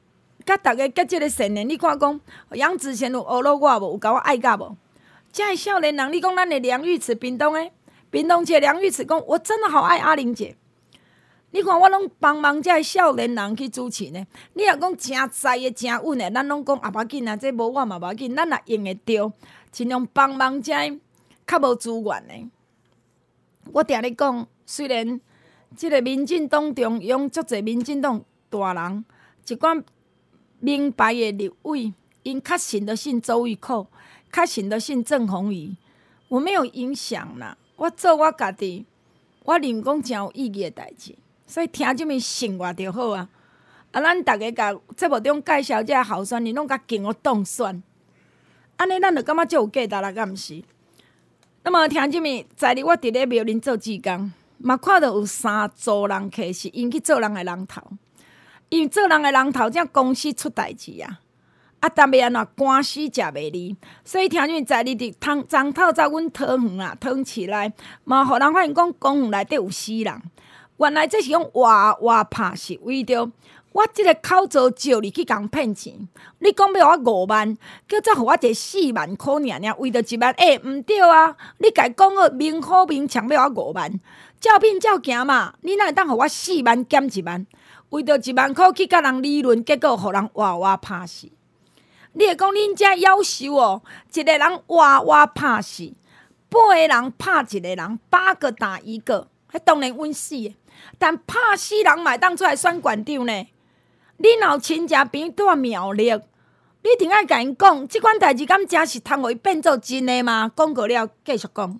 甲大家结即个善缘，你看讲杨子贤有学了我无？有甲我爱甲无？这个少年人，你讲咱的梁玉慈，屏东的屏东街梁玉慈讲，我真的好爱阿玲姐。你看我拢帮忙这个少年人去主持呢。你若讲真在的、真稳的，咱拢讲啊，无要紧啊，这无我嘛无要紧，咱若用会着，尽量帮忙这较无资源的。我定咧讲，虽然即个民进党中央足侪民进党大人，一寡名牌的立委，因较信得信周玉蔻，较信得信郑弘仪，我没有影响啦。我做我家己，我认讲真有意义的代志。所以听这么信我就好啊！啊，咱大家甲节目中介绍这候选人，拢甲经我当选，安尼咱就感觉足有价值啦，敢毋是？那么听这么，在日我伫咧庙林做志工，嘛看到有三组人客是因去做人的人头，因为做人的人头，这公司出代志啊！啊，但要安怎官司食袂离，所以听这么在日伫汤樟头在阮桃园啊，桃园市内嘛，互人发现讲公园内底有死人。原来这是用活活拍摄，为着我即个口罩借你去共骗钱。你讲要我五万，叫再互我一四万块尔尔，为着一万，诶、欸，毋对啊！你家讲好明好明抢要我五万，照骗照行嘛，你哪会当互我四万减一万？为着一万块去甲人理论，结果互人活活拍死。你会讲恁遮夭寿哦？一个人活活拍死，八个人拍一个人，八个打一个，迄当然稳死的。但拍死人嘛当出来选馆长呢？你若有亲戚朋友住苗栗，你顶爱甲因讲，即款代志敢真是通互伊变做真的吗？讲过了，继续讲。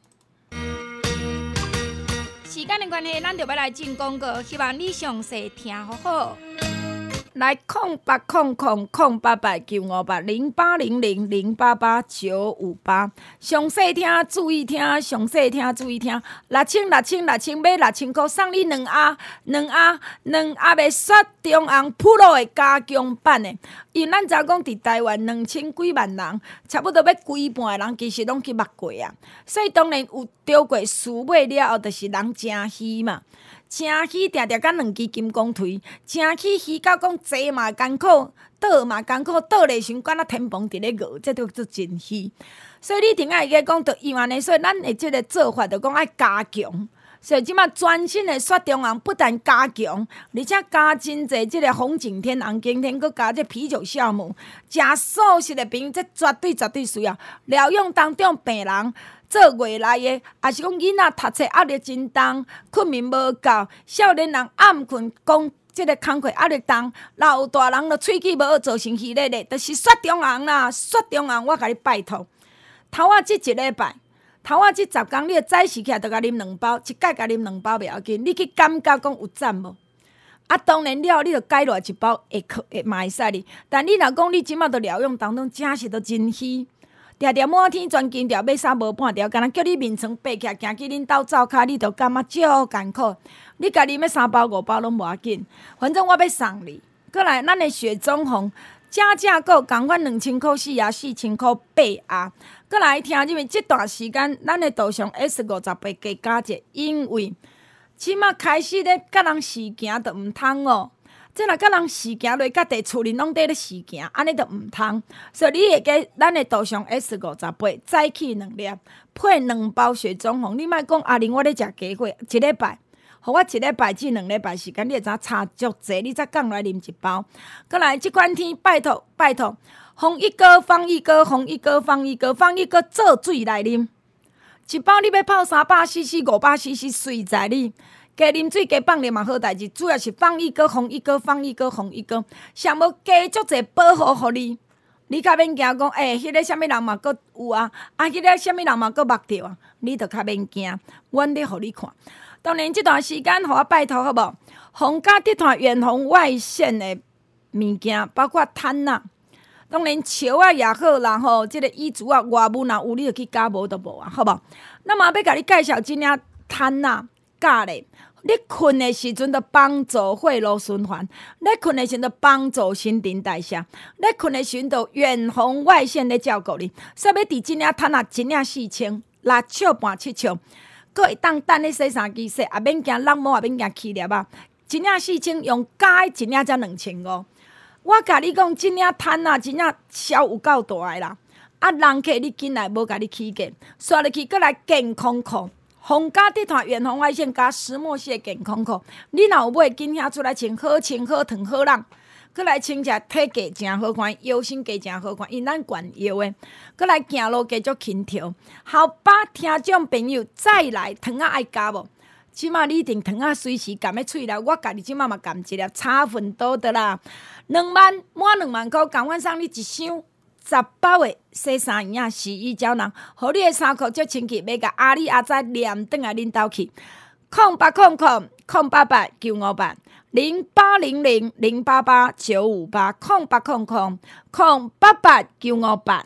时间的关系，咱就要来进广告，希望你详细听好好。来空八空空空八八九五八零八零零零八八九五八，详细听注意听，详细听注意听。六千六千六千买六千块，送你两盒两盒两盒的雪中红普罗的加强版的。因为咱知讲伫台湾两千几万人，差不多要几半的人其实拢去捌过啊，所以当然有着过输买了后，就是人真喜嘛。真喜定定甲两支金光腿，真喜喜到讲坐嘛艰苦，倒嘛艰苦，倒咧时管啊天崩伫咧饿，这都做真喜。所以你顶爱个讲，着因安尼，所以咱的即个做法，着讲爱加强。所以即马全新的雪中红不但加强，而且加真济即个红景天、红景天，佮加这啤酒酵母，食素食的朋友，这绝对绝对需要。疗养当中病人。做月内的，也是讲囡仔读册压力真重，困眠无够，少年人暗困，讲即个工课压力重，老大人就喙齿无好，造成虚咧咧，就是雪中红啦，雪中红，我甲你拜托。头仔即一礼拜，头仔即十工，你早时起来就甲啉两包，一摆甲啉两包袂要紧，你去感觉讲有赞无？啊，当然了，你就改落一包会可会嘛会使哩。但你若讲你即马都疗养当中，真是都真虚。常常满天钻金条，要衫无半条，敢若叫你面床爬起来，行去恁兜灶骹，你就感觉足艰苦。你家己要三包五包拢无要紧，反正我要送你。过来，咱的雪中红，正正个共款两千块四啊，四千块八啊。过来听入面，这段时间咱的道上 S 五十八加加者，因为即马开始咧，甲人实行就毋通哦。即若甲人实行落，甲地厝人拢伫咧实行，安尼就毋通。所以你会记咱的道上 S 五十八早起两粒，配两包雪中红。你莫讲阿玲，我咧食鸡血一礼拜，互我一礼拜至两礼拜时间，你会知差足济，你才讲来啉一包。过来，即款天拜托拜托，放一哥放一哥，放一哥放一哥，放一哥做水来啉。一包你要泡三百 C C、五百 C C， 随在你。加啉水加放尿嘛好代志，主要是放一哥放一哥放一哥放一哥，上无加足济保护互你。你较免惊讲，诶、欸，迄、那个啥物人嘛佫有啊，啊，迄、那个啥物人嘛佫捌着啊，你着较免惊，阮咧互你看。当然，即段时间，互我拜托好无？红家集团远红外线的物件，包括毯啊，当然笑啊也好啦吼，即、这个衣橱啊外物若有，你着去加无都无啊，好无？那么要甲你介绍即领毯啊。教咧，你困的时阵，就帮助血路循环；你困的时阵，就帮助新陈代谢；你困的时阵，就远红外线咧照顾你。所以要伫即领毯啊，一领四千，六尺半七尺，佫会当等咧洗衫机洗，也免惊落毛，也免惊起粒啊。一领四千，用加一领才两千五。 我甲你讲，真正摊啊，真正销有够大个啦！啊，人客你进来无甲你起价，刷入去，搁来健康裤，皇家集团远红外线加石墨烯健康裤，你若有买，今遐出来穿好穿好烫好人，搁来穿者体格真好看，腰身价真好看，因咱悬腰的，搁来行路加足轻佻。后把听众朋友再来糖仔爱加无？即马你一定糖仔随时含咧喙内，我家己即马嘛含一粒，差分多的啦。两万满两万块，共阮送你一箱十包的洗衫衣啊，洗衣胶囊，互你的衫裤足清气，要甲阿里阿仔黏转来恁兜去。空八空空空八八九五八零八零零零八八九五八空八空空空八八九五八。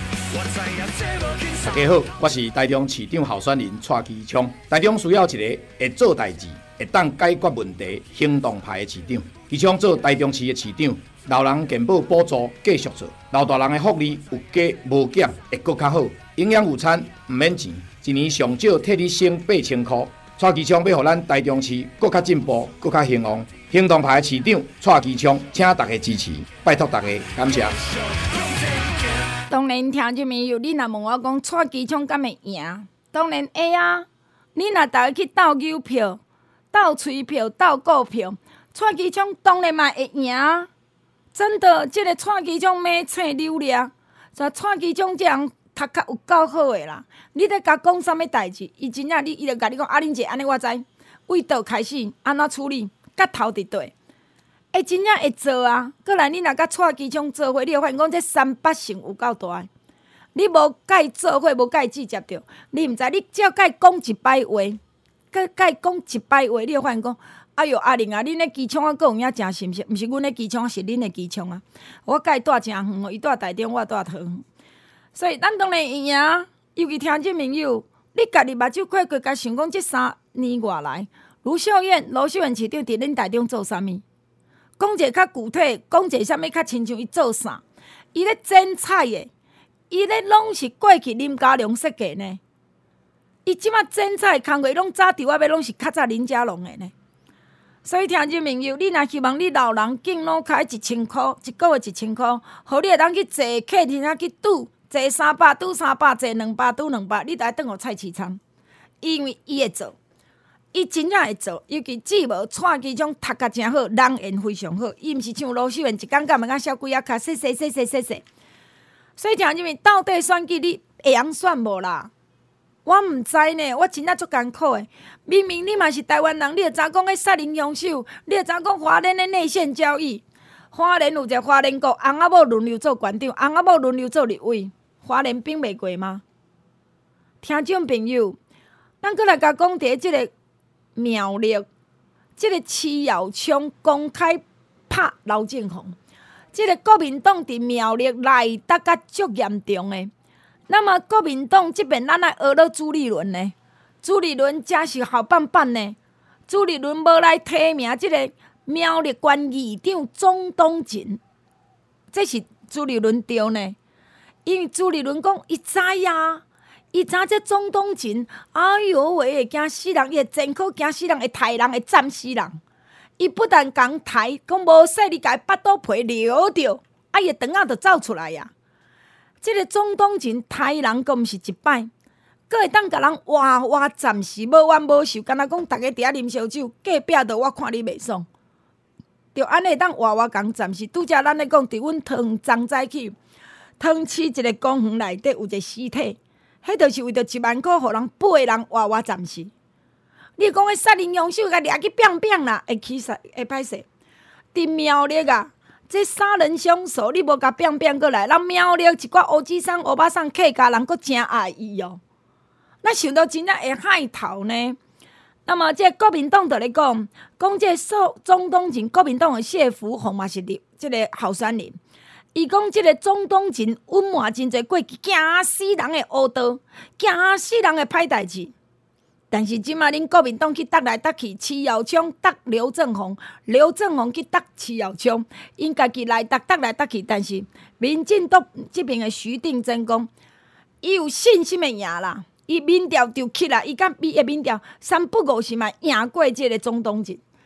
大家好，我是台中市长候选人蔡其昌。台中需要一个会做代志、会当解决问题、行动派的市长。其昌做台中市的市长，老人健保补助继续做，老大人的福利有加无减，会搁较好。营养午餐唔免钱，一年上少替你省八千块。蔡其昌要互咱台中市搁较进步、搁较兴旺。行动派的市长蔡其昌，请大家支持，拜托大家，感谢。 当然，听众朋友，你若问我讲蔡其昌敢会赢？当然会啊！你若逐个去斗邮票、斗催票、斗股票，蔡其昌当然嘛会赢。真的，即、这个蔡其昌马青流了，就蔡其昌这人读较有够好诶啦！你咧甲讲啥物代志？伊真正你伊就甲你讲，啊，恁一安尼我知，为倒开始安怎处理，甲头伫对。会真正会做啊！过来，你若甲蔡其昌做伙，你会发现讲这三八成有够大的。你无甲伊做伙，无甲伊直接着，你毋知，你只要甲伊讲一摆话，甲甲伊讲一摆话，你会发现讲，哎哟，阿玲啊，恁咧机枪啊，阁有影诚是毋是？毋是阮咧机枪，是恁咧机枪啊！我甲伊住诚远哦，伊住台中，我住桃园，所以咱当然会赢。尤其听众朋友，你家己目睭看过，甲想讲这三年外来，卢秀燕、卢秀燕市长伫恁台中做啥物？讲一个较具体，讲一个啥物较亲像伊做啥？伊咧剪彩的，伊咧拢是过去林佳龙设计呢。伊即马剪彩的工课拢早伫我要拢是较早林佳龙的呢。所以听众朋友，你若希望你老人敬老开一千箍，一个月一千箍，互你会当去坐客厅啊去赌，坐三百赌三百，坐两百赌两百，你就爱转互蔡其昌，因为伊会做。伊真正会做，尤其姊无蔡其昌读甲真好，人缘非常好。伊毋是像卢秀燕一讲讲物讲小鬼仔卡，说说说说说说。所以听入面到底选举你会晓选无啦？我毋知呢，我真正足艰苦的。明明你嘛是台湾人，你会知讲迄杀人凶手，你会知讲华联的内线交易。华联有一个华联国，翁仔某轮流做馆长，翁仔某轮流做立委，华联并袂过吗？听众朋友，咱搁来甲讲伫即个。苗栗，即、这个徐耀昌公开拍刘正宏，即、这个国民党伫苗栗内得甲足严重的。那么国民党即边咱来学了朱立伦呢？朱立伦真是好棒棒呢。朱立伦无来提名即个苗栗县议长钟东锦，这是朱立伦对呢。因为朱立伦讲伊知呀。伊知这钟东锦，哎哟喂，会惊死人！伊会真可惊死人，会杀人，会斩死人。伊不但讲杀，讲无说你家巴肚皮撩着，啊，伊肠仔就走出来呀。这个钟东锦杀人，佫毋是一摆，佫会当甲人活活斩死，无冤无仇，敢若讲逐个伫遐啉烧酒，隔壁着我看你袂爽，着安尼当活活共斩死。拄则咱咧讲，伫阮汤庄仔去汤市一个公园内底有一个尸体。迄就是为着一万块，互人八个人活活暂时。你讲迄杀人凶手，甲掠去扁扁啦，会起杀会歹势。伫苗栗啊，这杀人凶手，你无甲扁扁过来，人苗栗一寡乌子桑、乌巴桑客家人，佫真爱伊哦。咱想到真正会害头呢。那么这国民党就咧讲，讲这宋钟东锦，国民党的谢福洪嘛是立这个候选人。伊讲即个钟东锦隐瞒真侪过去惊死人的恶道，惊死人的歹代志。但是即马恁国民党去搭来搭去，徐耀昌搭刘正宏，刘正宏去搭徐耀昌，因家己来搭搭来搭去。但是民进党即边的徐定真讲，伊有信心的赢啦，伊民调就起来，伊甲伊的民调三不五时嘛赢过即个钟东锦。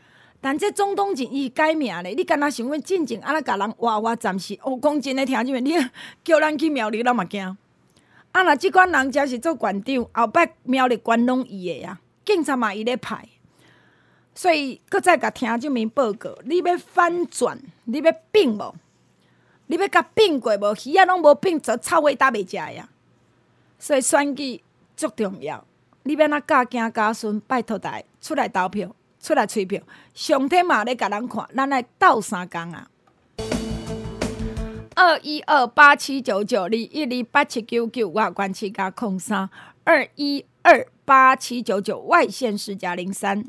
但这总统前伊改名咧，你敢若想讲进前安尼甲人活活暂时？哦，讲真诶，听姐妹，你叫咱去苗栗，咱嘛惊。啊，若即款人才是做县长，后摆苗栗关拢伊诶啊，警察嘛伊咧派。所以，搁再甲听姐妹报告，你要反转，你要变无？你要甲变过无？鱼仔拢无变，则臭味搭袂食呀。所以选举足重要，你要哪教囝家孙，拜托大家出来投票。出来吹票，上天嘛咧甲咱看，咱来斗三工啊！二一二八七九九二一二八七九九外关市加空三二一二八七九九外县市加零三。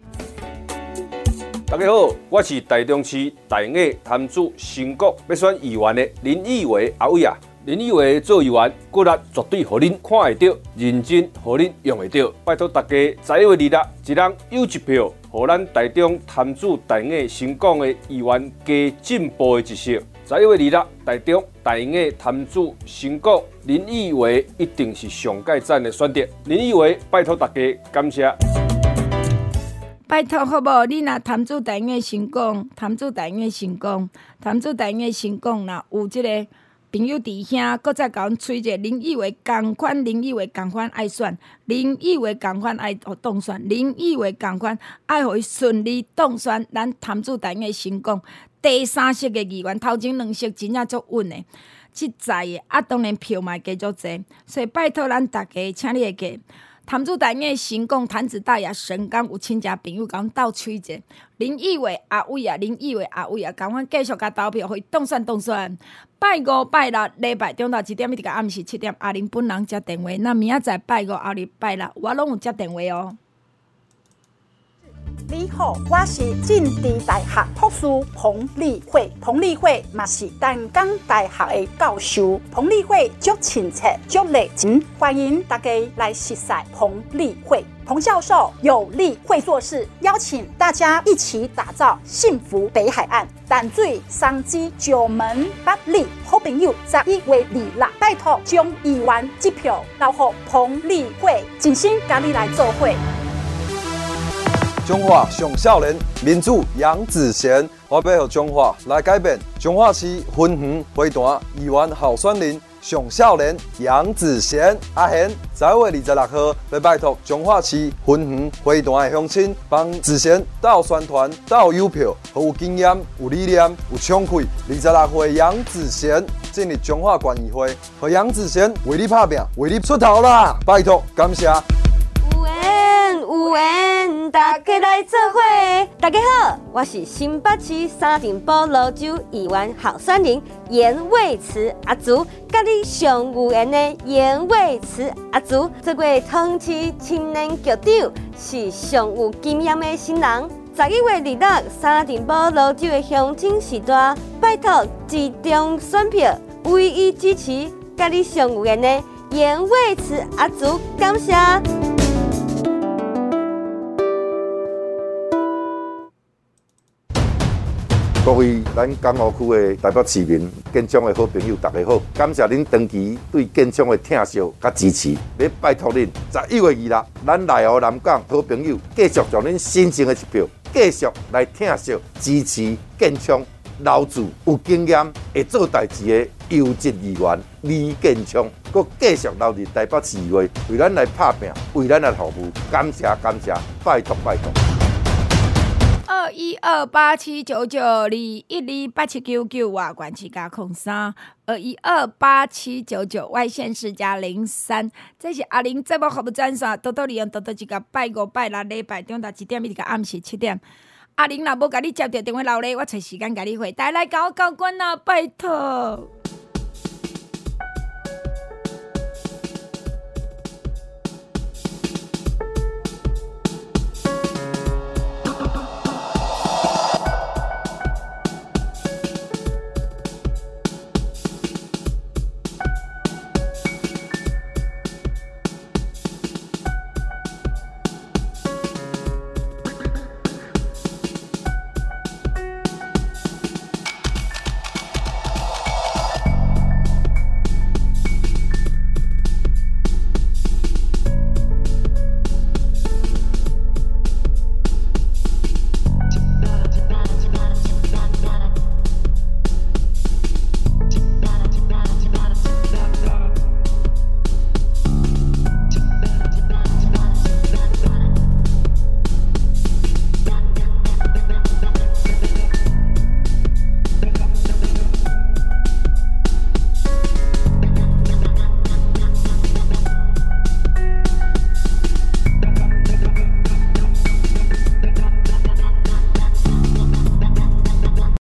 大家好，我是台中市大雅潭子新国要选议员的林义伟阿伟啊。林义伟做议员，骨力绝对互恁看会到，认真互恁用会到。拜托大家十一月二日，一人有一票，互咱台中潭子大雅新港的议员加进步的一色。十一月二日，台中大雅潭子新港林义伟一定是上界赞的选择。林义伟，拜托大家，感谢。 拜托好无？你若潭子大雅新港，潭子大雅新港，潭子大雅新港，若有即、这个。朋友弟兄，搁再甲阮催者林义伟共款，林义伟共款爱选，林义伟共款爱互当选，林义伟共款爱互伊顺利当选。咱潭子大雅新港第三席的议员，头前两席真正足稳的，即在的啊，当然票嘛加足济，所以拜托咱大家，请你会记。潭子大雅新港潭子大雅神冈有亲戚朋友甲阮斗催者，林义伟阿伟啊，林义伟阿伟啊，共阮继续甲投票，互伊当选当选。拜五拜六礼拜中昼一点一直到暗时七点，阿玲本人接电话。那明仔载拜五后日拜六，我拢有接电话哦。 你好，我是政治大学博士彭丽慧。彭丽慧嘛是淡江大学的教授。彭丽慧足亲切、足热情，欢迎大家来识识彭丽慧。彭教授有力会做事，邀请大家一起打造幸福北海岸。淡水商机九门八里，好朋友十一月二日，拜托将议员支票留给彭丽慧，真心甲你来做伙。 中华上少年民主杨子贤，我要让中华来改变。中华市分园花坛议员候选人上少年杨子贤阿贤，十一月二十六号要拜托中华市分园花坛的乡亲，帮子贤斗宣传、斗邮票，和有经验、有理念、有冲气。二十六岁杨子贤进入中华县议会，和杨子贤为你打拼，为你出头啦！拜托，感谢。 有缘有缘，大家来做伙。大家好，我是新北市三重埔蘆洲议员候选人严惠慈阿竹，甲你上有缘的严惠慈阿竹，做过汤市青年局长，是上有经验的新人。十一月二日，三重埔蘆洲的乡亲时代，拜托集中选票，唯一支持甲你上有缘的严惠慈阿竹，感谢。 各位咱港湖区的台北市民、建昌的好朋友，大家好！感谢恁长期对建昌的疼惜甲支持，要拜托恁十一月二日，咱内湖南港好朋友继续将恁新增的一票，继续来疼惜支持建昌老主有经验、会做代志的优质议员李建昌，佮继续留伫台北市议会，为咱来拍拼，为咱来服务。感谢感谢，拜托拜托。 二一二八七九九二一二八七九九外关市加空三二一二八七九九外县市加零三，这是阿玲节目服务专线，多多利用多多一个拜五拜六礼拜中到一点一直到暗时七点。阿玲若无甲你接到电话留咧，我找时间甲你回，带来甲我交关啊，拜托。